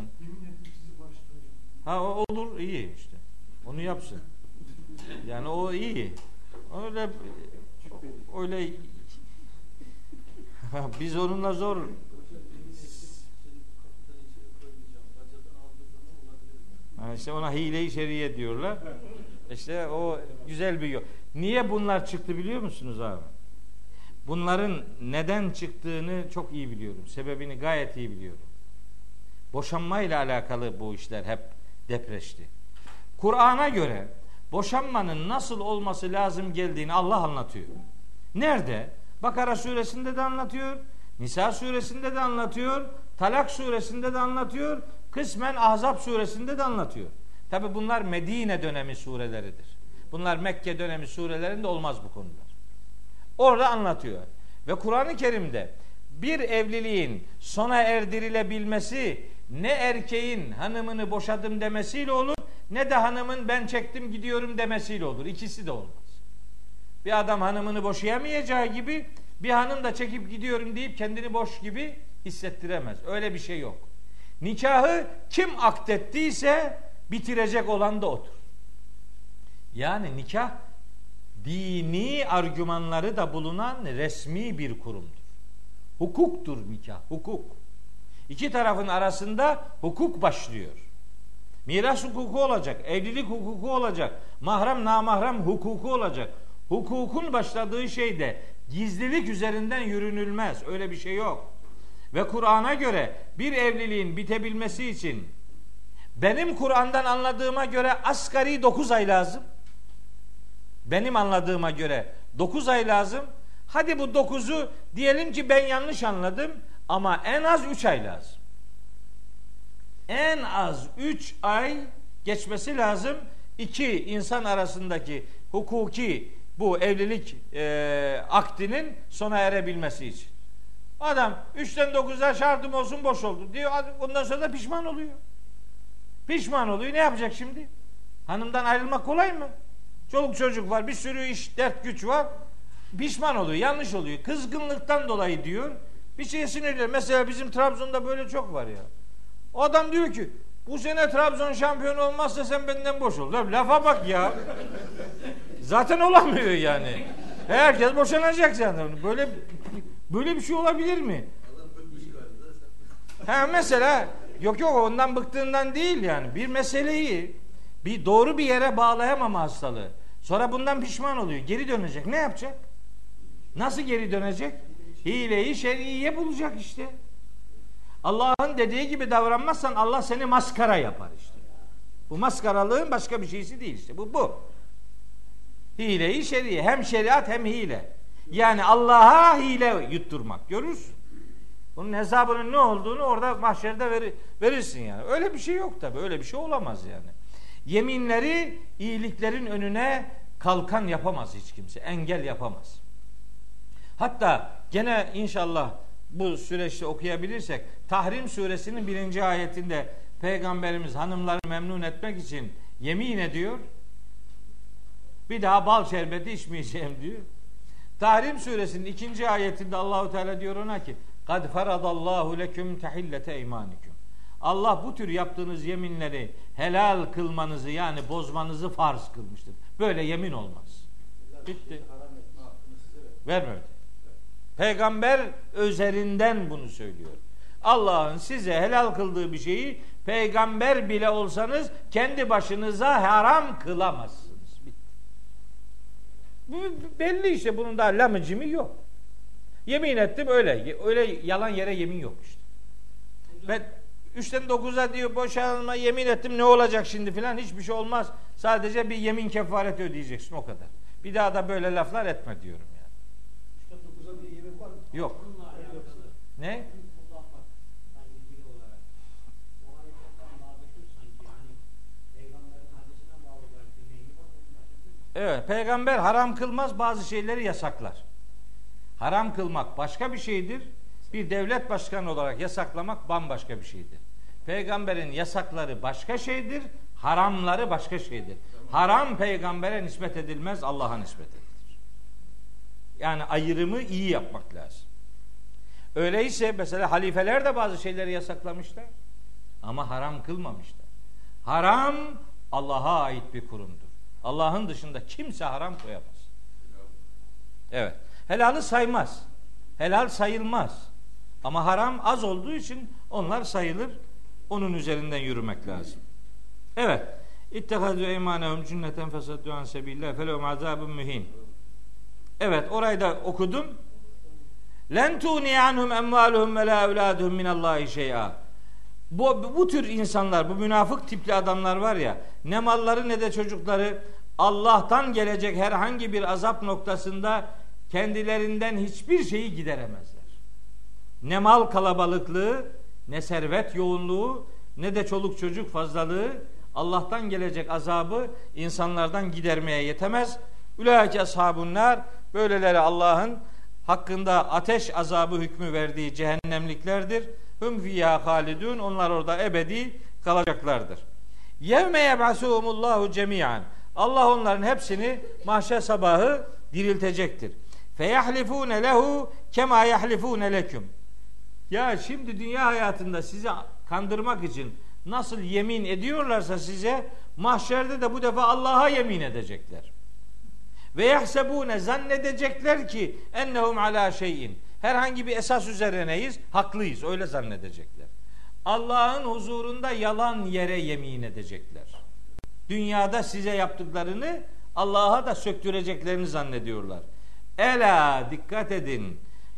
Ha o olur iyi işte. Onu yapsın. Yani o iyi. Öyle öyle biz onunla zor yani işte ona hile-i şeriye diyorlar. İşte o güzel bir yol. Niye bunlar çıktı biliyor musunuz abi? Bunların neden çıktığını çok iyi biliyorum. Sebebini gayet iyi biliyorum. Boşanmayla alakalı bu işler hep depreşti. Kur'an'a göre boşanmanın nasıl olması lazım geldiğini Allah anlatıyor. Nerede? Bakara suresinde de anlatıyor. Nisa suresinde de anlatıyor. Talak suresinde de anlatıyor. Kısmen Ahzab suresinde de anlatıyor. Tabi bunlar Medine dönemi sureleridir. Bunlar Mekke dönemi surelerinde olmaz bu konular. Orada anlatıyor. Ve Kur'an-ı Kerim'de bir evliliğin sona erdirilebilmesi ne erkeğin hanımını boşadım demesiyle olur, ne de hanımın ben çektim gidiyorum demesiyle olur. İkisi de olmaz. Bir adam hanımını boşayamayacağı gibi bir hanım da çekip gidiyorum deyip kendini boş gibi hissettiremez. Öyle bir şey yok. Nikahı kim akdettiyse bitirecek olan da odur. Yani nikah dini argümanları da bulunan resmi bir kurumdur. Hukuktur nikah, hukuk. İki tarafın arasında hukuk başlıyor. Miras hukuku olacak, evlilik hukuku olacak, mahrem namahrem hukuku olacak. Hukukun başladığı şeyde gizlilik üzerinden yürünülmez. Öyle bir şey yok. ve Kur'an'a göre bir evliliğin bitebilmesi için benim Kur'an'dan anladığıma göre asgari dokuz ay lazım. Benim anladığıma göre dokuz ay lazım. Hadi bu dokuzu diyelim ki ben yanlış anladım ama en az üç ay lazım. En az üç ay geçmesi lazım. İki insan arasındaki hukuki bu evlilik e, akdinin sona erebilmesi için. Adam üçten dokuza şartım olsun boş oldu diyor. Ondan sonra da pişman oluyor. Pişman oluyor. Ne yapacak şimdi? Hanımdan ayrılmak kolay mı? Çoluk çocuk var. Bir sürü iş, dert, güç var. Pişman oluyor. Yanlış oluyor. Kızgınlıktan dolayı diyor. Bir şeye sinirli. Mesela bizim Trabzon'da böyle çok var ya. O adam diyor ki bu sene Trabzon şampiyon olmazsa sen benden boş ol. Lafa bak ya. Zaten olamıyor yani. Herkes boşanacak zaten. Böyle böyle bir şey olabilir mi? Ha mesela yok yok ondan bıktığından değil yani. Bir meseleyi bir doğru bir yere bağlayamama hastalığı. Sonra bundan pişman oluyor. Geri dönecek. Ne yapacak? Nasıl geri dönecek? Hileyi şer'iye bulacak işte. Allah'ın dediği gibi davranmazsan Allah seni maskara yapar işte. Bu maskaralığın başka bir şeysi değil işte. Bu bu. Hile-i şer'iye. Hem şeriat hem hile. Yani Allah'a hile yutturmak. Görürsün. Bunun hesabının ne olduğunu orada mahşerde verir, verirsin yani. Öyle bir şey yok tabii. Öyle bir şey olamaz yani. Yeminleri iyiliklerin önüne kalkan yapamaz hiç kimse. Engel yapamaz. Hatta gene inşallah bu süreçte okuyabilirsek Tahrim suresinin birinci ayetinde Peygamberimiz hanımları memnun etmek için yemin ediyor. Bir daha bal şerbeti içmeyeceğim diyor. Tahrim suresinin ikinci ayetinde Allahu Teala diyor ona ki kad faradallahu leküm tahillete eymanikum. Allah bu tür yaptığınız yeminleri helal kılmanızı yani bozmanızı farz kılmıştır. Böyle yemin olmaz. Bitti. Vermedi. Peygamber özerinden bunu söylüyor. Allah'ın size helal kıldığı bir şeyi peygamber bile olsanız kendi başınıza haram kılamazsınız. Bitti. Bu belli işte, bunun daha lamıcımı yok. Yemin ettim öyle. Öyle yalan yere yemin yok işte. Ben üçten dokuza diyor boşanma yemin ettim ne olacak şimdi filan, hiçbir şey olmaz. Sadece bir yemin kefareti ödeyeceksin o kadar. Bir daha da böyle laflar etme diyorum yani. üçten dokuza bir yemin var mı? Yok. Ne? Evet, peygamber haram kılmaz, bazı şeyleri yasaklar. Haram kılmak başka bir şeydir. Bir devlet başkanı olarak yasaklamak bambaşka bir şeydir. Peygamberin yasakları başka şeydir, haramları başka şeydir. Haram peygambere nispet edilmez, Allah'a nispet edilir. Yani ayrımı iyi yapmak lazım. Öyleyse mesela halifeler de bazı şeyleri yasaklamışlar ama haram kılmamışlar. Haram Allah'a ait bir kurumdur. Allah'ın dışında kimse haram koyamaz. Evet. Helalı saymaz. Helal sayılmaz. Ama haram az olduğu için onlar sayılır. Onun üzerinden yürümek lazım. Evet. İttehazü eymanehum cünneten fesaddu an sebillah felehum azabun mühin. Evet, orayı da okudum. Len tuni anhum emvaluhum ve la evladuhum minallahi şey'a. Bu, bu tür insanlar, bu münafık tipli adamlar var ya, ne malları ne de çocukları Allah'tan gelecek herhangi bir azap noktasında kendilerinden hiçbir şeyi gideremezler. Ne mal kalabalıklığı, ne servet yoğunluğu, ne de çoluk çocuk fazlalığı Allah'tan gelecek azabı insanlardan gidermeye yetemez. Ulaike ashabun nar, böyleleri Allah'ın hakkında ateş azabı hükmü verdiği cehennemliklerdir. Hum fiyâ halidun, onlar orada ebedi kalacaklardır. Yevme yeb'asuhumullahu cemiyan, Allah onların hepsini mahşer sabahı diriltecektir. Feyahlifune lehu kema yahlifune leküm. Ya şimdi dünya hayatında sizi kandırmak için nasıl yemin ediyorlarsa size, mahşerde de bu defa Allah'a yemin edecekler. Ve yahsebune, zannedecekler ki ennehum ala şeyin, herhangi bir esas üzerineyiz, haklıyız, öyle zannedecekler. Allah'ın huzurunda yalan yere yemin edecekler. Dünyada size yaptıklarını Allah'a da söktüreceklerini zannediyorlar. Ela, dikkat edin.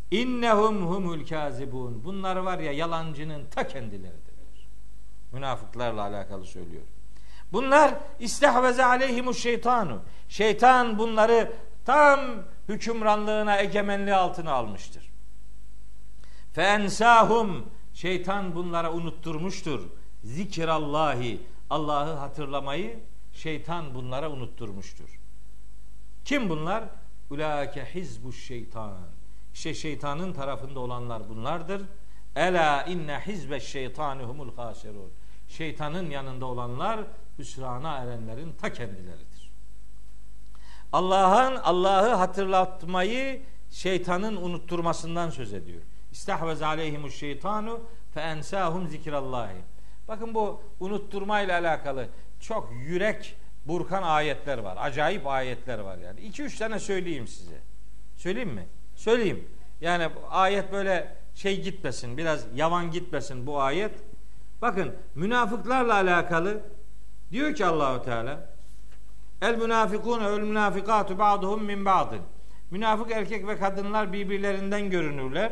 İnnehum humul kazibun. Bunlar var ya yalancının ta kendileridir. Münafıklarla alakalı söylüyor. Bunlar istehveze aleyhimuş şeytanu. Şeytan bunları tam hükümranlığına, egemenliği altına almıştır. Fe ensahum. Şeytan bunlara unutturmuştur. Zikrallahi. Allah'ı hatırlamayı şeytan bunlara unutturmuştur. Kim bunlar? Ulaike hizbuş şeytan. İşte şeytanın tarafında olanlar bunlardır. Ela inne hizbeş şeytani humul hasirun. Şeytanın yanında olanlar hüsrana erenlerin ta kendileridir. Allah'ın Allah'ı hatırlatmayı şeytanın unutturmasından söz ediyor. İstahvez aleyhimuş şeytanu fe ensahum zikrallahi. Bakın bu unutturmayla alakalı çok yürek burkan ayetler var. Acayip ayetler var yani. iki üç tane söyleyeyim size. Söyleyeyim mi? Söyleyeyim. Yani ayet böyle şey gitmesin, biraz yavan gitmesin bu ayet. Bakın münafıklarla alakalı diyor ki Allahu Teala: El münafikun vel münafikatu ba'duhum min ba'din. Münafık erkek ve kadınlar birbirlerinden görünürler.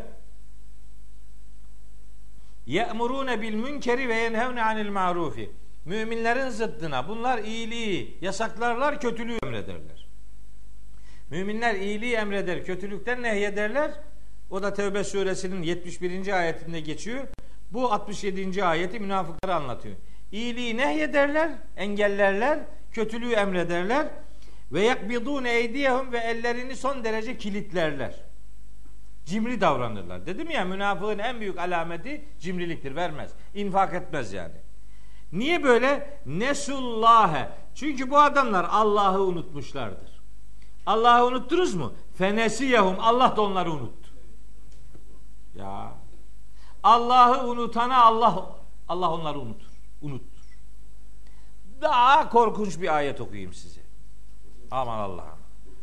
Ye'murune bil münkeri ve yenhevne anil ma'rufi. Müminlerin zıddına bunlar iyiliği yasaklarlar, kötülüğü emrederler. Müminler iyiliği emreder, kötülükten nehyederler. O da Tevbe suresinin yetmiş birinci ayetinde geçiyor. Bu altmış yedinci ayeti münafıkları anlatıyor. İyiliği nehyederler, engellerler, kötülüğü emrederler. Ve yakbidun eydiyehum ve ellerini son derece kilitlerler. Cimri davranırlar. Dedim ya, münafığın en büyük alameti cimriliktir, vermez. İnfak etmez yani. Niye böyle? Nesullâhe. Çünkü bu adamlar Allah'ı unutmuşlardır. Allah'ı unuttunuz mu? Fenesiyehum. Allah da onları unuttu. Ya. Allah'ı unutana Allah Allah onları unutur. Unuttur. Daha korkunç bir ayet okuyayım size. Aman Allah'ım.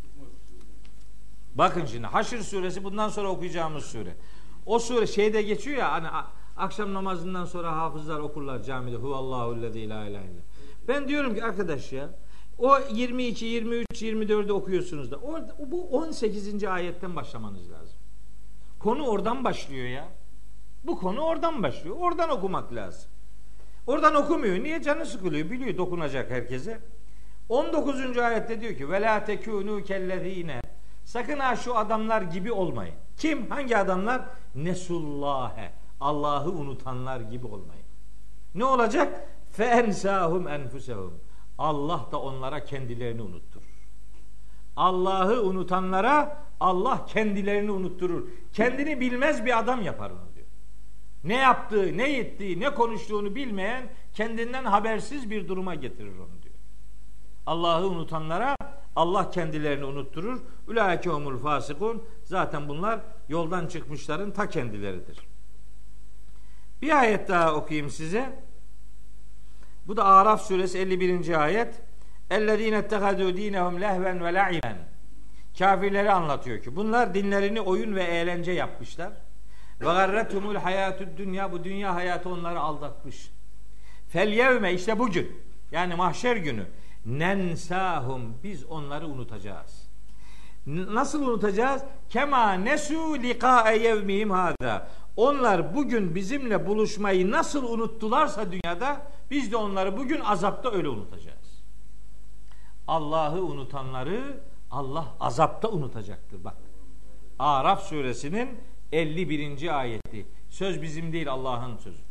Bakın şimdi Haşr suresi bundan sonra okuyacağımız sure. O sure şeyde geçiyor ya, hani akşam namazından sonra hafızlar okurlar camide. Huvallahu'llezî la ilahe illa. Ben diyorum ki arkadaş ya, o yirmi iki, yirmi üç, yirmi dördü okuyorsunuz da orada bu on sekizinci ayetten başlamanız lazım. Konu oradan başlıyor ya. Bu konu oradan başlıyor. Oradan okumak lazım. Oradan okumuyor. Niye? Canı sıkılıyor. Biliyor dokunacak herkese. on dokuzuncu ayette diyor ki: "Ve la tekunu kellezine." Sakın ha şu adamlar gibi olmayın. Kim? Hangi adamlar? Nesullâhe. Allah'ı unutanlar gibi olmayın. Ne olacak? Fe ensâhum enfusehum. Allah da onlara kendilerini unutturur. Allah'ı unutanlara Allah kendilerini unutturur. Kendini bilmez bir adam yapar onu diyor. Ne yaptığı, ne ettiği, ne konuştuğunu bilmeyen, kendinden habersiz bir duruma getirir onu diyor. Allah'ı unutanlara Allah kendilerini unutturur. Ulaike humul fasikun. Zaten bunlar yoldan çıkmışların ta kendileridir. Bir ayet daha okuyayım size. Bu da Araf suresi elli birinci ayet. Ellezîne ettehadû dînehum lehven ve la'iben. Kafirleri anlatıyor ki bunlar dinlerini oyun ve eğlence yapmışlar. Ve garretumul hayatüd dünya. Bu dünya hayatı onları aldatmış. Fel yevme, işte bugün, yani mahşer günü, nensahum, biz onları unutacağız. Nasıl unutacağız? Kema nesu liqa'e yevmihim hâzâ. Onlar bugün bizimle buluşmayı nasıl unuttularsa dünyada, biz de onları bugün azapta öyle unutacağız. Allah'ı unutanları Allah azapta unutacaktır. Bak. Araf suresinin elli birinci ayeti. Söz bizim değil, Allah'ın sözü.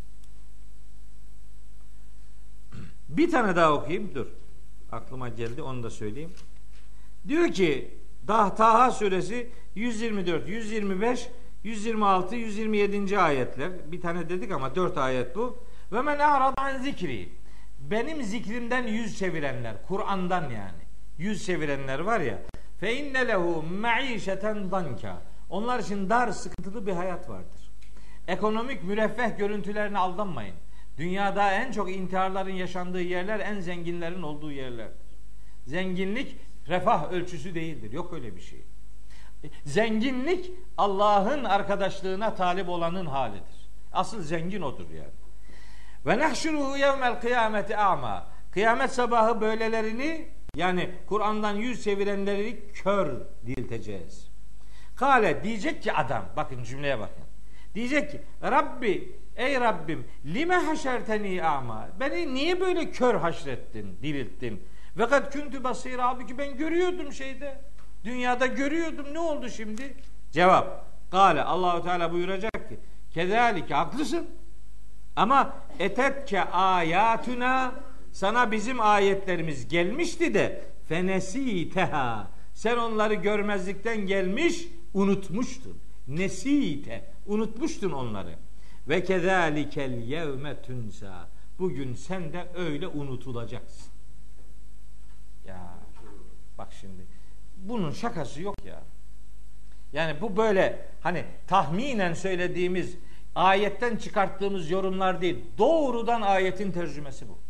Bir tane daha okuyayım. Dur. Aklıma geldi, onu da söyleyeyim. Diyor ki Taha suresi yüz yirmi dört, yüz yirmi beş, yüz yirmi altı, yüz yirmi yedinci ayetler. Bir tane dedik ama dört ayet bu. Ve men a'radan zikri. Benim zikrimden yüz çevirenler, Kur'an'dan yani. Yüz çevirenler var ya. Fe inne lehu maişeten danka. Onlar için dar, sıkıntılı bir hayat vardır. Ekonomik müreffeh görüntülerine aldanmayın. Dünyada en çok intiharların yaşandığı yerler en zenginlerin olduğu yerlerdir. Zenginlik refah ölçüsü değildir. Yok öyle bir şey. Zenginlik Allah'ın arkadaşlığına talip olanın halidir. Asıl zengin odur yani. Ve nahşuruhu yevmel kıyameti a'ma. Kıyamet sabahı böylelerini, yani Kur'an'dan yüz çevirenleri kör dirilteceğiz. Kale diyecek ki adam, bakın cümleye bakın. Diyecek ki Rabbi, ey Rabbim, lime haşerteni a'ma. Beni niye böyle kör haşrettin, dirilttin? Ve kad kuntu basira, halbuki ben görüyordum şeyde. Dünyada görüyordum. Ne oldu şimdi? Cevap. Kale, Allahu Teala buyuracak ki kezalike, haklısın. Ama etetke ayatuna, sana bizim ayetlerimiz gelmişti de fenesiteha, sen onları görmezlikten gelmiş, unutmuştun. Nesite, unutmuştun onları. Ve kezalikel yevme tunsa, bugün sen de öyle unutulacaksın. Ya bak şimdi, bunun şakası yok ya. Yani bu böyle hani tahminen söylediğimiz, ayetten çıkarttığımız yorumlar değil. Doğrudan ayetin tercümesi bu.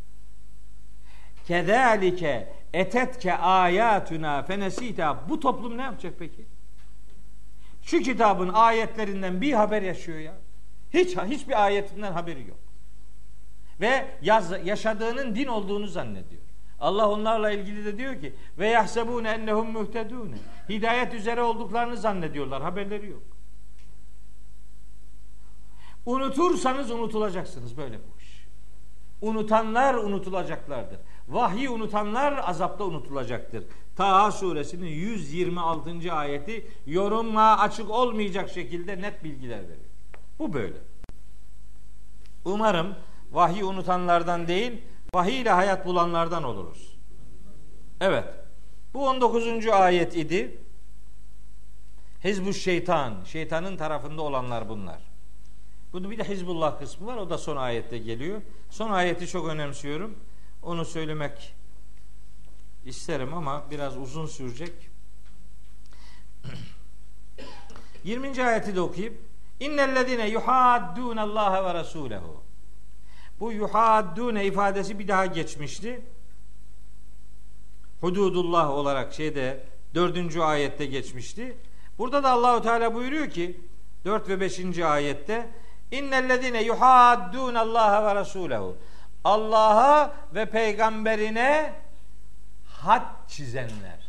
Kezalike etetke ayatuna fenesita. Bu toplum ne yapacak peki? Şu kitabın ayetlerinden bir haber yaşıyor ya. Hiç hiçbir ayetinden haberi yok. Ve yaz, yaşadığının din olduğunu zannediyor. Allah onlarla ilgili de diyor ki ve yahsebune ennehum muhtedun. Hidayet üzere olduklarını zannediyorlar. Haberleri yok. Unutursanız unutulacaksınız, böyle bu iş. Unutanlar unutulacaklardır. Vahyi unutanlar azapta unutulacaktır. Taha suresinin yüz yirmi altıncı ayeti yoruma açık olmayacak şekilde net bilgiler veriyor. Bu böyle. Umarım vahyi unutanlardan değil, vahiy ile hayat bulanlardan oluruz. Evet. Bu on dokuzuncu ayet idi. Hizbuş şeytan, şeytanın tarafında olanlar bunlar. Bunun bir de Hizbullah kısmı var. O da son ayette geliyor. Son ayeti çok önemsiyorum. Onu söylemek isterim ama biraz uzun sürecek. yirminci ayeti de okuyup İnnellezine yuhaddûnallâhe ve rasûlehu. Bu yuhaddûne ifadesi bir daha geçmişti. Hududullah olarak şeyde dördüncü ayette geçmişti. Burada da Allahu Teala buyuruyor ki dört ve beşinci ayette İnnellezine yuhaddûnallâhe ve rasûlehu. Allah'a ve peygamberine had çizenler.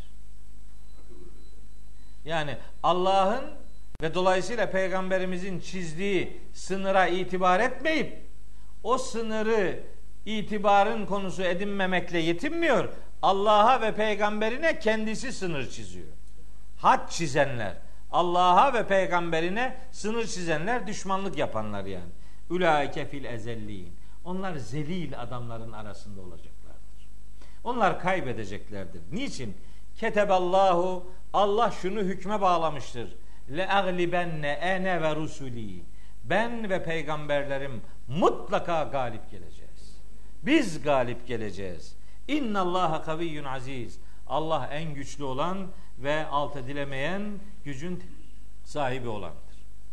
Yani Allah'ın ve dolayısıyla peygamberimizin çizdiği sınıra itibar etmeyip o sınırı itibarın konusu edinmemekle yetinmiyor. Allah'a ve peygamberine kendisi sınır çiziyor. Had çizenler. Allah'a ve peygamberine sınır çizenler, düşmanlık yapanlar yani. Ulaike fil ezellin. Onlar zelil adamların arasında olacaklardır. Onlar kaybedeceklerdir. Niçin? Keteballahu, Allah şunu hükme bağlamıştır. Le aglibenne ene ve rusuli. Ben ve peygamberlerim mutlaka galip geleceğiz. Biz galip geleceğiz. İnnallaha kaviyyun aziz. Allah en güçlü olan ve alt edilemeyen gücün sahibi olandır.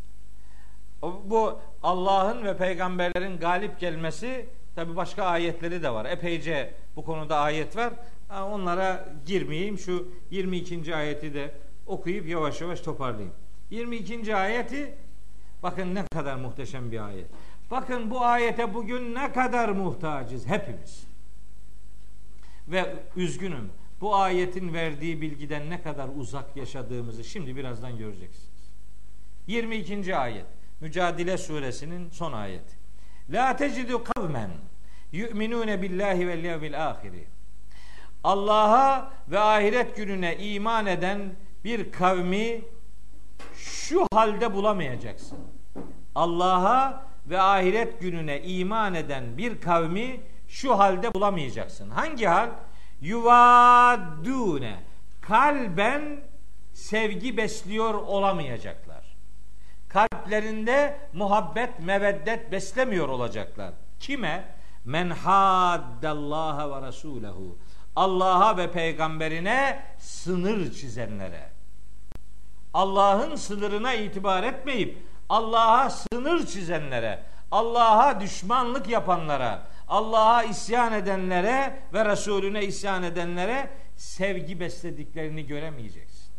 Bu Allah'ın ve peygamberlerin galip gelmesi, tabi başka ayetleri de var. Epeyce bu konuda ayet var. Onlara girmeyeyim. Şu yirmi ikinci ayeti de okuyup yavaş yavaş toparlayayım. yirmi ikinci ayeti, bakın ne kadar muhteşem bir ayet. Bakın bu ayete bugün ne kadar muhtacız hepimiz. Ve üzgünüm, bu ayetin verdiği bilgiden ne kadar uzak yaşadığımızı şimdi birazdan göreceksiniz. yirmi ikinci ayet, Mücadele suresinin son ayeti. La tecidu kavmen yu'minune billahi vel yevmil ahiri. Allah'a ve ahiret gününe iman eden bir kavmi şu halde bulamayacaksın. Allah'a ve ahiret gününe iman eden bir kavmi şu halde bulamayacaksın. Hangi hal? Yuvaddune, kalben sevgi besliyor olamayacaklar. Kalplerinde muhabbet, meveddet beslemiyor olacaklar. Kime? Men haddallaha ve rasulehu. Allah'a ve peygamberine sınır çizenlere. Allah'ın sınırına itibar etmeyip Allah'a sınır çizenlere, Allah'a düşmanlık yapanlara, Allah'a isyan edenlere ve Resulüne isyan edenlere sevgi beslediklerini göremeyeceksin.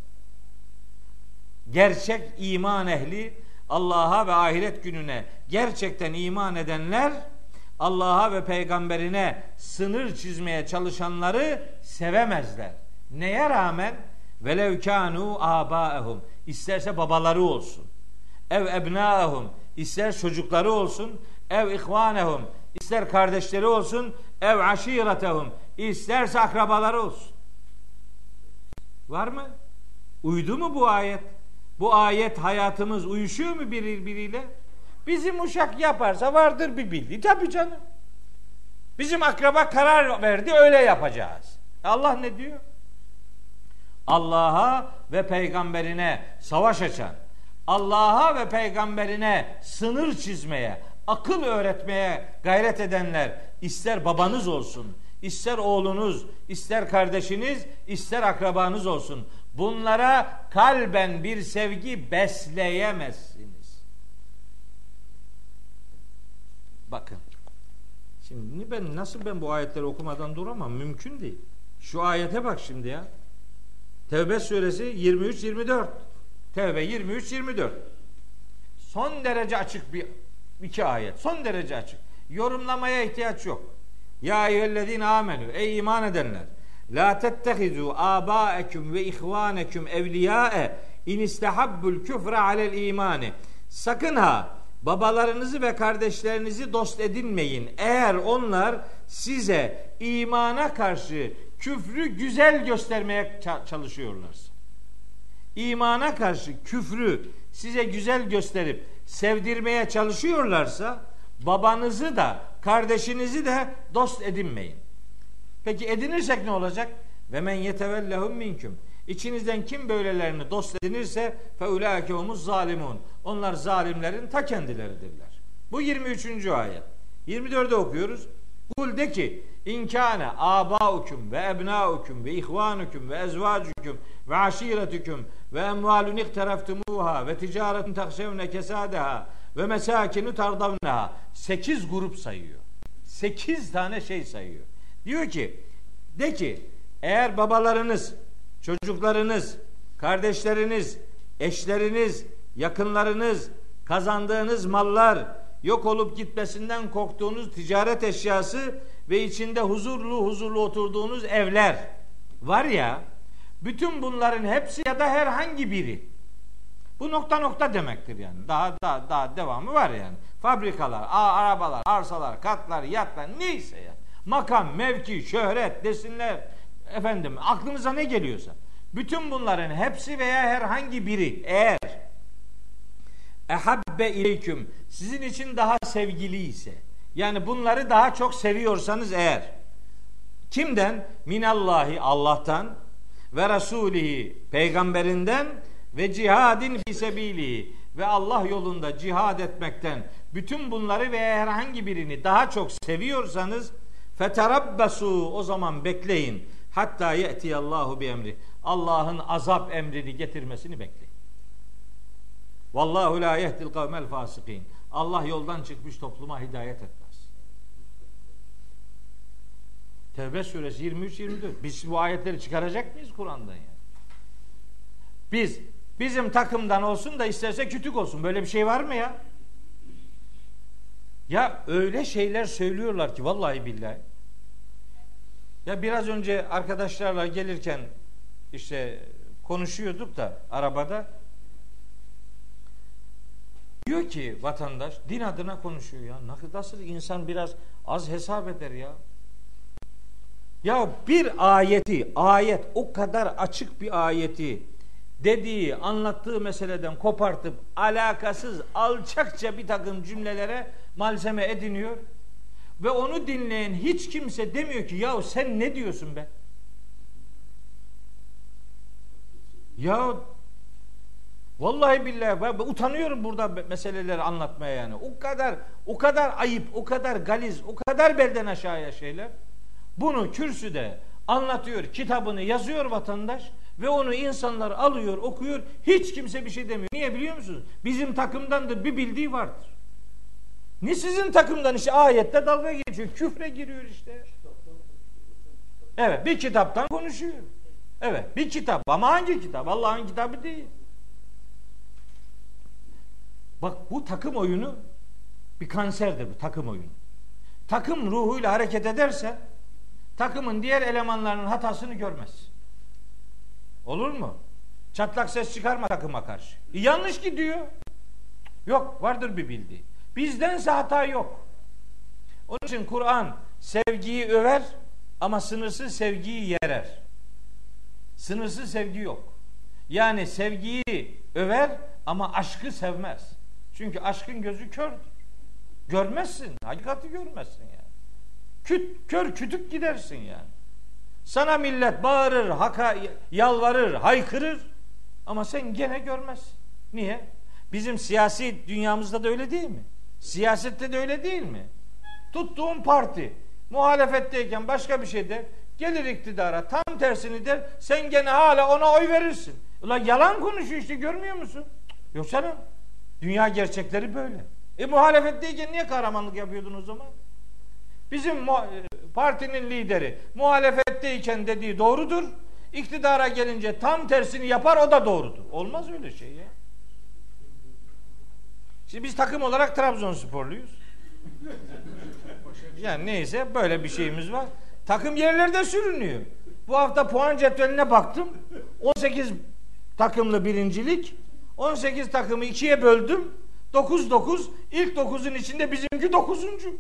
Gerçek iman ehli, Allah'a ve ahiret gününe gerçekten iman edenler, Allah'a ve peygamberine sınır çizmeye çalışanları sevemezler. Neye rağmen? velev kânû âbâehum, isterse babaları olsun, ev ebnâehum, ister çocukları olsun, ev ihvânehum, ister kardeşleri olsun, ev aşîretehum, isterse akrabaları olsun. Var mı? Uydu mu bu ayet? Bu ayet hayatımız uyuşuyor mu birbiriyle? Bizim uşak yaparsa vardır bir bildiği. Tabii canım. Bizim akraba karar verdi, öyle yapacağız. Allah ne diyor? Allah'a ve peygamberine savaş açan, Allah'a ve peygamberine sınır çizmeye, akıl öğretmeye gayret edenler, ister babanız olsun, ister oğlunuz, ister kardeşiniz, ister akrabanız olsun, bunlara kalben bir sevgi besleyemezsiniz. Bakın. Şimdi ben nasıl ben bu ayetleri okumadan duramam? Mümkün değil. Şu ayete bak şimdi ya. Tevbe suresi yirmi üç yirmi dört. Tevbe yirmi üç yirmi dört. Son derece açık bir iki ayet. Son derece açık. Yorumlamaya ihtiyaç yok. Ya eyyühellezine amenü, ey iman edenler, la tettehizu âbâeküm ve ihvâneküm evliyâe in istehabbul küfre alel imani. Sakın ha babalarınızı ve kardeşlerinizi dost edinmeyin. Eğer onlar size imana karşı küfrü güzel göstermeye çalışıyorlarsa. İmana karşı küfrü size güzel gösterip sevdirmeye çalışıyorlarsa babanızı da kardeşinizi de dost edinmeyin. Peki edinirsek ne olacak? Ve men yetevellehum minküm. İçinizden kim böylelerini dost edinirse fe ulaike humuz zalimun. Onlar zalimlerin ta kendileridirler. Bu yirmi üçüncü ayet. yirmi dörde okuyoruz. Kul de ki inkâne âbâukum ve ebnâukum ve ihvânukum ve ezvâcukum ve aşîretükum ve emvâlun ikteraftumuhâ ve ticaretun takşevne kesâdeha ve mesâkinu tardavneha. Sekiz grup sayıyor. Sekiz tane şey sayıyor. Diyor ki, de ki eğer babalarınız, çocuklarınız, kardeşleriniz, eşleriniz, yakınlarınız, kazandığınız mallar, yok olup gitmesinden korktuğunuz ticaret eşyası ve içinde huzurlu huzurlu oturduğunuz evler var ya, bütün bunların hepsi ya da herhangi biri. Bu nokta nokta demektir yani. Daha daha daha devamı var yani. Fabrikalar, arabalar, arsalar, katlar, yatlar neyse ya. Makam, mevki, şöhret desinler. Efendim aklınıza ne geliyorsa. Bütün bunların hepsi veya herhangi biri eğer ehabbe ileyküm sizin için daha sevgili ise, yani bunları daha çok seviyorsanız eğer, kimden? Minallahi, Allah'tan, ve rasulihi, peygamberinden, ve cihadin fisebilihi, ve Allah yolunda cihad etmekten, bütün bunları veya herhangi birini daha çok seviyorsanız feterabbasu, o zaman bekleyin, hatta ye'tiyallahu bi emri, Allah'ın azap emrini getirmesini bekleyin. Vallahu la yehdil kavmel fasikin. Allah yoldan çıkmış topluma hidayet etmez. Tevbe suresi yirmi üç yirmi dört. Biz bu ayetleri çıkaracak mıyız Kur'an'dan yani? Biz bizim takımdan olsun da isterse kütük olsun. Böyle bir şey var mı ya? Ya öyle şeyler söylüyorlar ki vallahi billahi. Ya biraz önce arkadaşlarla gelirken işte konuşuyorduk da arabada. Diyor ki vatandaş din adına konuşuyor ya. Nasıl insan biraz az hesap eder ya. Ya bir ayeti, ayet o kadar açık bir ayeti dediği, anlattığı meseleden kopartıp alakasız, alçakça bir takım cümlelere malzeme ediniyor. Ve onu dinleyen hiç kimse demiyor ki ya sen ne diyorsun be? Ya vallahi billahi ben utanıyorum burada meseleleri anlatmaya yani. O kadar o kadar ayıp, o kadar galiz, o kadar belden aşağıya şeyler. Bunu kürsüde anlatıyor, kitabını yazıyor vatandaş ve onu insanlar alıyor, okuyor. Hiç kimse bir şey demiyor. Niye biliyor musunuz? Bizim takımdandır, bir bildiği vardır. Ne sizin takımdan işte ayette dalga geçiyor, küfre giriyor işte. Evet, bir kitaptan konuşuyor. Evet, bir kitap ama hangi kitap? Allah'ın kitabı değil. Bak bu takım oyunu bir kanserdir, bu takım oyunu. Takım ruhuyla hareket ederse takımın diğer elemanlarının hatasını görmez. Olur mu? Çatlak ses çıkarma takıma karşı. E, yanlış gidiyor. Yok, vardır bir bildiği. Bizdense hata yok. Onun için Kur'an sevgiyi över ama sınırsız sevgiyi yerer. Sınırsız sevgi yok. Yani sevgiyi över ama aşkı sevmez. Çünkü aşkın gözü kördür. Görmezsin. Hakikati görmezsin yani. Küt, kör kütük gidersin yani. Sana millet bağırır, haka, yalvarır, haykırır ama sen gene görmezsin. Niye? Bizim siyasi dünyamızda da öyle değil mi? Siyasette de öyle değil mi? Tuttuğun parti muhalefetteyken başka bir şey der, gelir iktidara tam tersini der, sen gene hala ona oy verirsin. Ulan yalan konuşuyor işte, görmüyor musun? Yok canım. Dünya gerçekleri böyle. E muhalefetteyken niye kahramanlık yapıyordun o zaman? Bizim partinin lideri muhalefetteyken dediği doğrudur. İktidara gelince tam tersini yapar, o da doğrudur. Olmaz öyle şey ya. Şimdi biz takım olarak Trabzonsporluyuz. Yani neyse böyle bir şeyimiz var. Takım yerlerde sürünüyor. Bu hafta puan cetveline baktım. on sekiz takımlı birincilik. on sekiz takımı ikiye böldüm. dokuz dokuz. İlk dokuzun içinde bizimki dokuzuncu.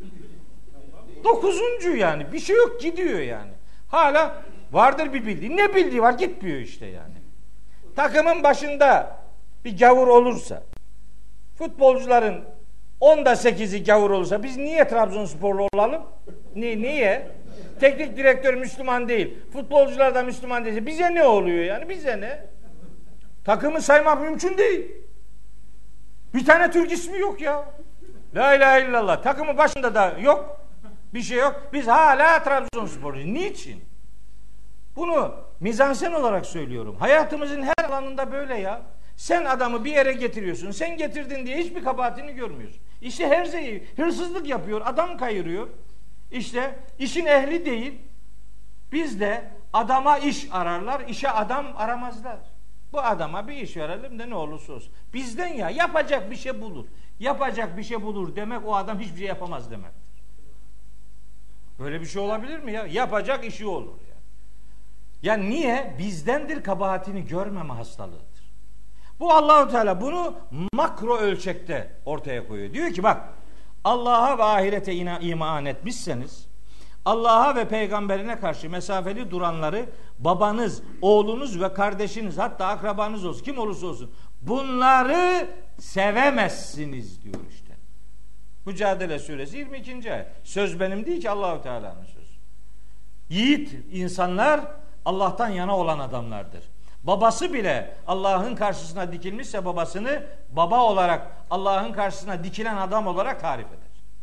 dokuzuncu yani. Bir şey yok, gidiyor yani. Hala vardır bir bildiği. Ne bildiği var, gitmiyor işte yani. Takımın başında bir gavur olursa, futbolcuların onda sekizi gavur olursa biz niye Trabzonsporlu olalım? Ni niye? Teknik direktör Müslüman değil. Futbolcular da Müslüman değil. Bize ne oluyor yani? Bize ne? Takımı saymak mümkün değil. Bir tane Türk ismi yok ya. La ilahe illallah. Takımın başında da yok. Bir şey yok. Biz hala Trabzonsporluyuz. Niçin? Bunu mizansen olarak söylüyorum. Hayatımızın her alanında böyle ya. Sen adamı bir yere getiriyorsun. Sen getirdin diye hiçbir kabahatini görmüyorsun. İşte her şeyi hırsızlık yapıyor. Adam kayırıyor. İşte işin ehli değil. Biz de adama iş ararlar. İşe adam aramazlar. Bu adama bir iş verelim de ne olursa olsun. Bizden ya yapacak bir şey bulur. Yapacak bir şey bulur demek o adam hiçbir şey yapamaz demektir. Böyle bir şey olabilir mi ya? Yapacak işi olur ya. Ya niye? Bizdendir kabahatini görmeme hastalığıdır. Bu Allahu Teala bunu makro ölçekte ortaya koyuyor. Diyor ki bak, Allah'a ve ahirete iman etmişseniz, Allah'a ve peygamberine karşı mesafeli duranları babanız, oğlunuz ve kardeşiniz, hatta akrabanız olsun, kim olursa olsun, bunları sevemezsiniz diyor işte. Mücadele Suresi yirmi ikinci ayet. Söz benim değil ki, Allahu Teala'nın sözü. Yiğit insanlar Allah'tan yana olan adamlardır. Babası bile Allah'ın karşısına dikilmişse babasını baba olarak, Allah'ın karşısına dikilen adam olarak tarif eder.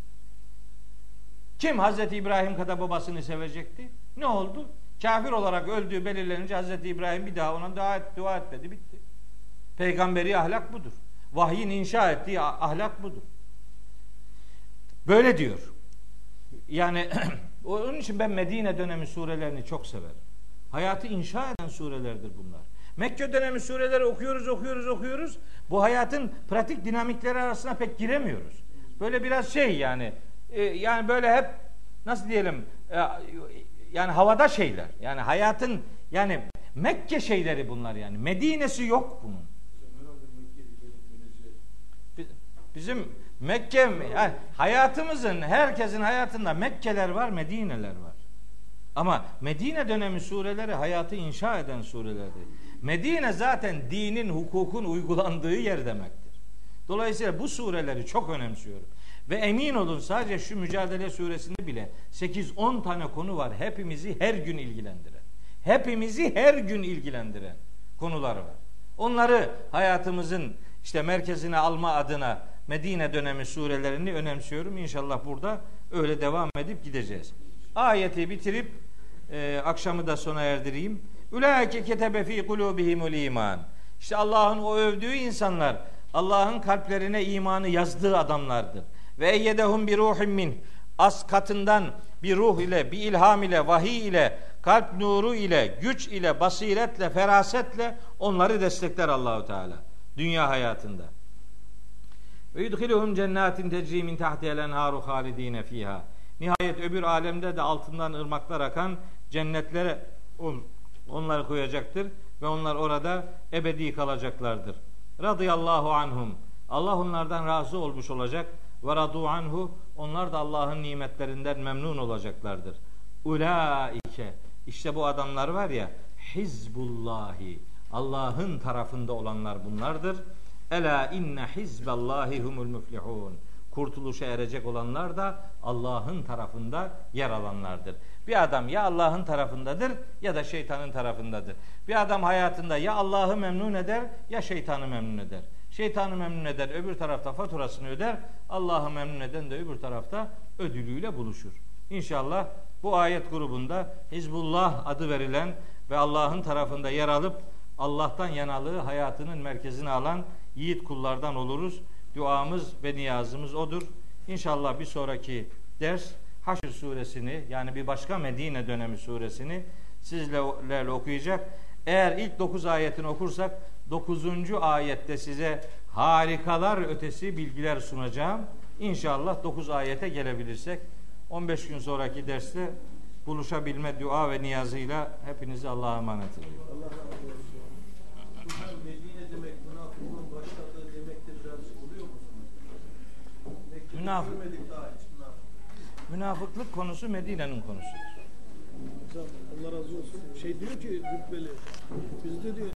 Kim Hazreti İbrahim kadar babasını sevecekti? Ne oldu? Kafir olarak öldüğü belirlenince Hazreti İbrahim bir daha ona dua, et, dua etmedi, bitti. Peygamberi ahlak budur. Vahyin inşa ettiği ahlak budur. Böyle diyor. Yani onun için ben Medine dönemi surelerini çok severim. Hayatı inşa eden surelerdir bunlar. Mekke dönemi sureleri okuyoruz, okuyoruz, okuyoruz. Bu hayatın pratik dinamikleri arasına pek giremiyoruz. Böyle biraz şey yani, e, yani böyle hep nasıl diyelim, e, yani havada şeyler. Yani hayatın, yani Mekke şeyleri bunlar yani. Medine'si yok bunun. Bizim Mekke, yani hayatımızın, herkesin hayatında Mekkeler var, Medine'ler var. Ama Medine dönemi sureleri hayatı inşa eden surelerdir. Medine zaten dinin, hukukun uygulandığı yer demektir. Dolayısıyla bu sureleri çok önemsiyorum. Ve emin olun sadece şu Mücadele suresinde bile sekiz on tane konu var. Hepimizi her gün ilgilendiren. Hepimizi her gün ilgilendiren konular var. Onları hayatımızın işte merkezine alma adına Medine dönemi surelerini önemsiyorum. İnşallah burada öyle devam edip gideceğiz. Ayeti bitirip e, akşamı da sona erdireyim. Ulaike ketebe fi kulubihimul iman. İşte Allah'ın o övdüğü insanlar Allah'ın kalplerine imanı yazdığı adamlardır. Ve eyyedehum bir ruhim min. Az katından bir ruh ile, bir ilham ile, vahiy ile, kalp nuru ile, güç ile, basiretle, ferasetle onları destekler Allahu Teala dünya hayatında. Ve yudhiluhum cennetin tecri min tahtiha'l enharu halidine fiha. Nihayet öbür alemde de altından ırmaklar akan cennetlere on, onları koyacaktır ve onlar orada ebedi kalacaklardır. Radıyallahu anhum. Allah onlardan razı olmuş olacak. Ve radu anhu. Onlar da Allah'ın nimetlerinden memnun olacaklardır. Ulaike. İşte bu adamlar var ya, Hizbullahi. Allah'ın tarafında olanlar bunlardır. Ela inne hizballahi humul müflihun. Kurtuluşa erecek olanlar da Allah'ın tarafında yer alanlardır. Bir adam ya Allah'ın tarafındadır ya da şeytanın tarafındadır. Bir adam hayatında ya Allah'ı memnun eder ya şeytanı memnun eder. Şeytanı memnun eder, öbür tarafta faturasını öder. Allah'ı memnun eden de öbür tarafta ödülüyle buluşur. İnşallah bu ayet grubunda Hizbullah adı verilen ve Allah'ın tarafında yer alıp Allah'tan yanalığı hayatının merkezine alan yiğit kullardan oluruz. Duamız ve niyazımız odur. İnşallah bir sonraki ders Haşr suresini, yani bir başka Medine dönemi suresini sizlerle okuyacak. Eğer ilk dokuz ayetini okursak dokuzuncu ayette size harikalar ötesi bilgiler sunacağım. İnşallah dokuz ayete gelebilirsek on beş gün sonraki derste buluşabilme dua ve niyazıyla hepinizi Allah'a emanet ediyorum. Allah razı olsun. Hocam Medine demek münafıklığın başladığı demektir, biraz oluyor musunuz? Mekke'de Münafık. görmedik daha hiç münafık. Münafıklık konusu Medine'nin konusudur. Hocam Allah razı olsun. Şey diyor ki Rübbeli, bizde diyor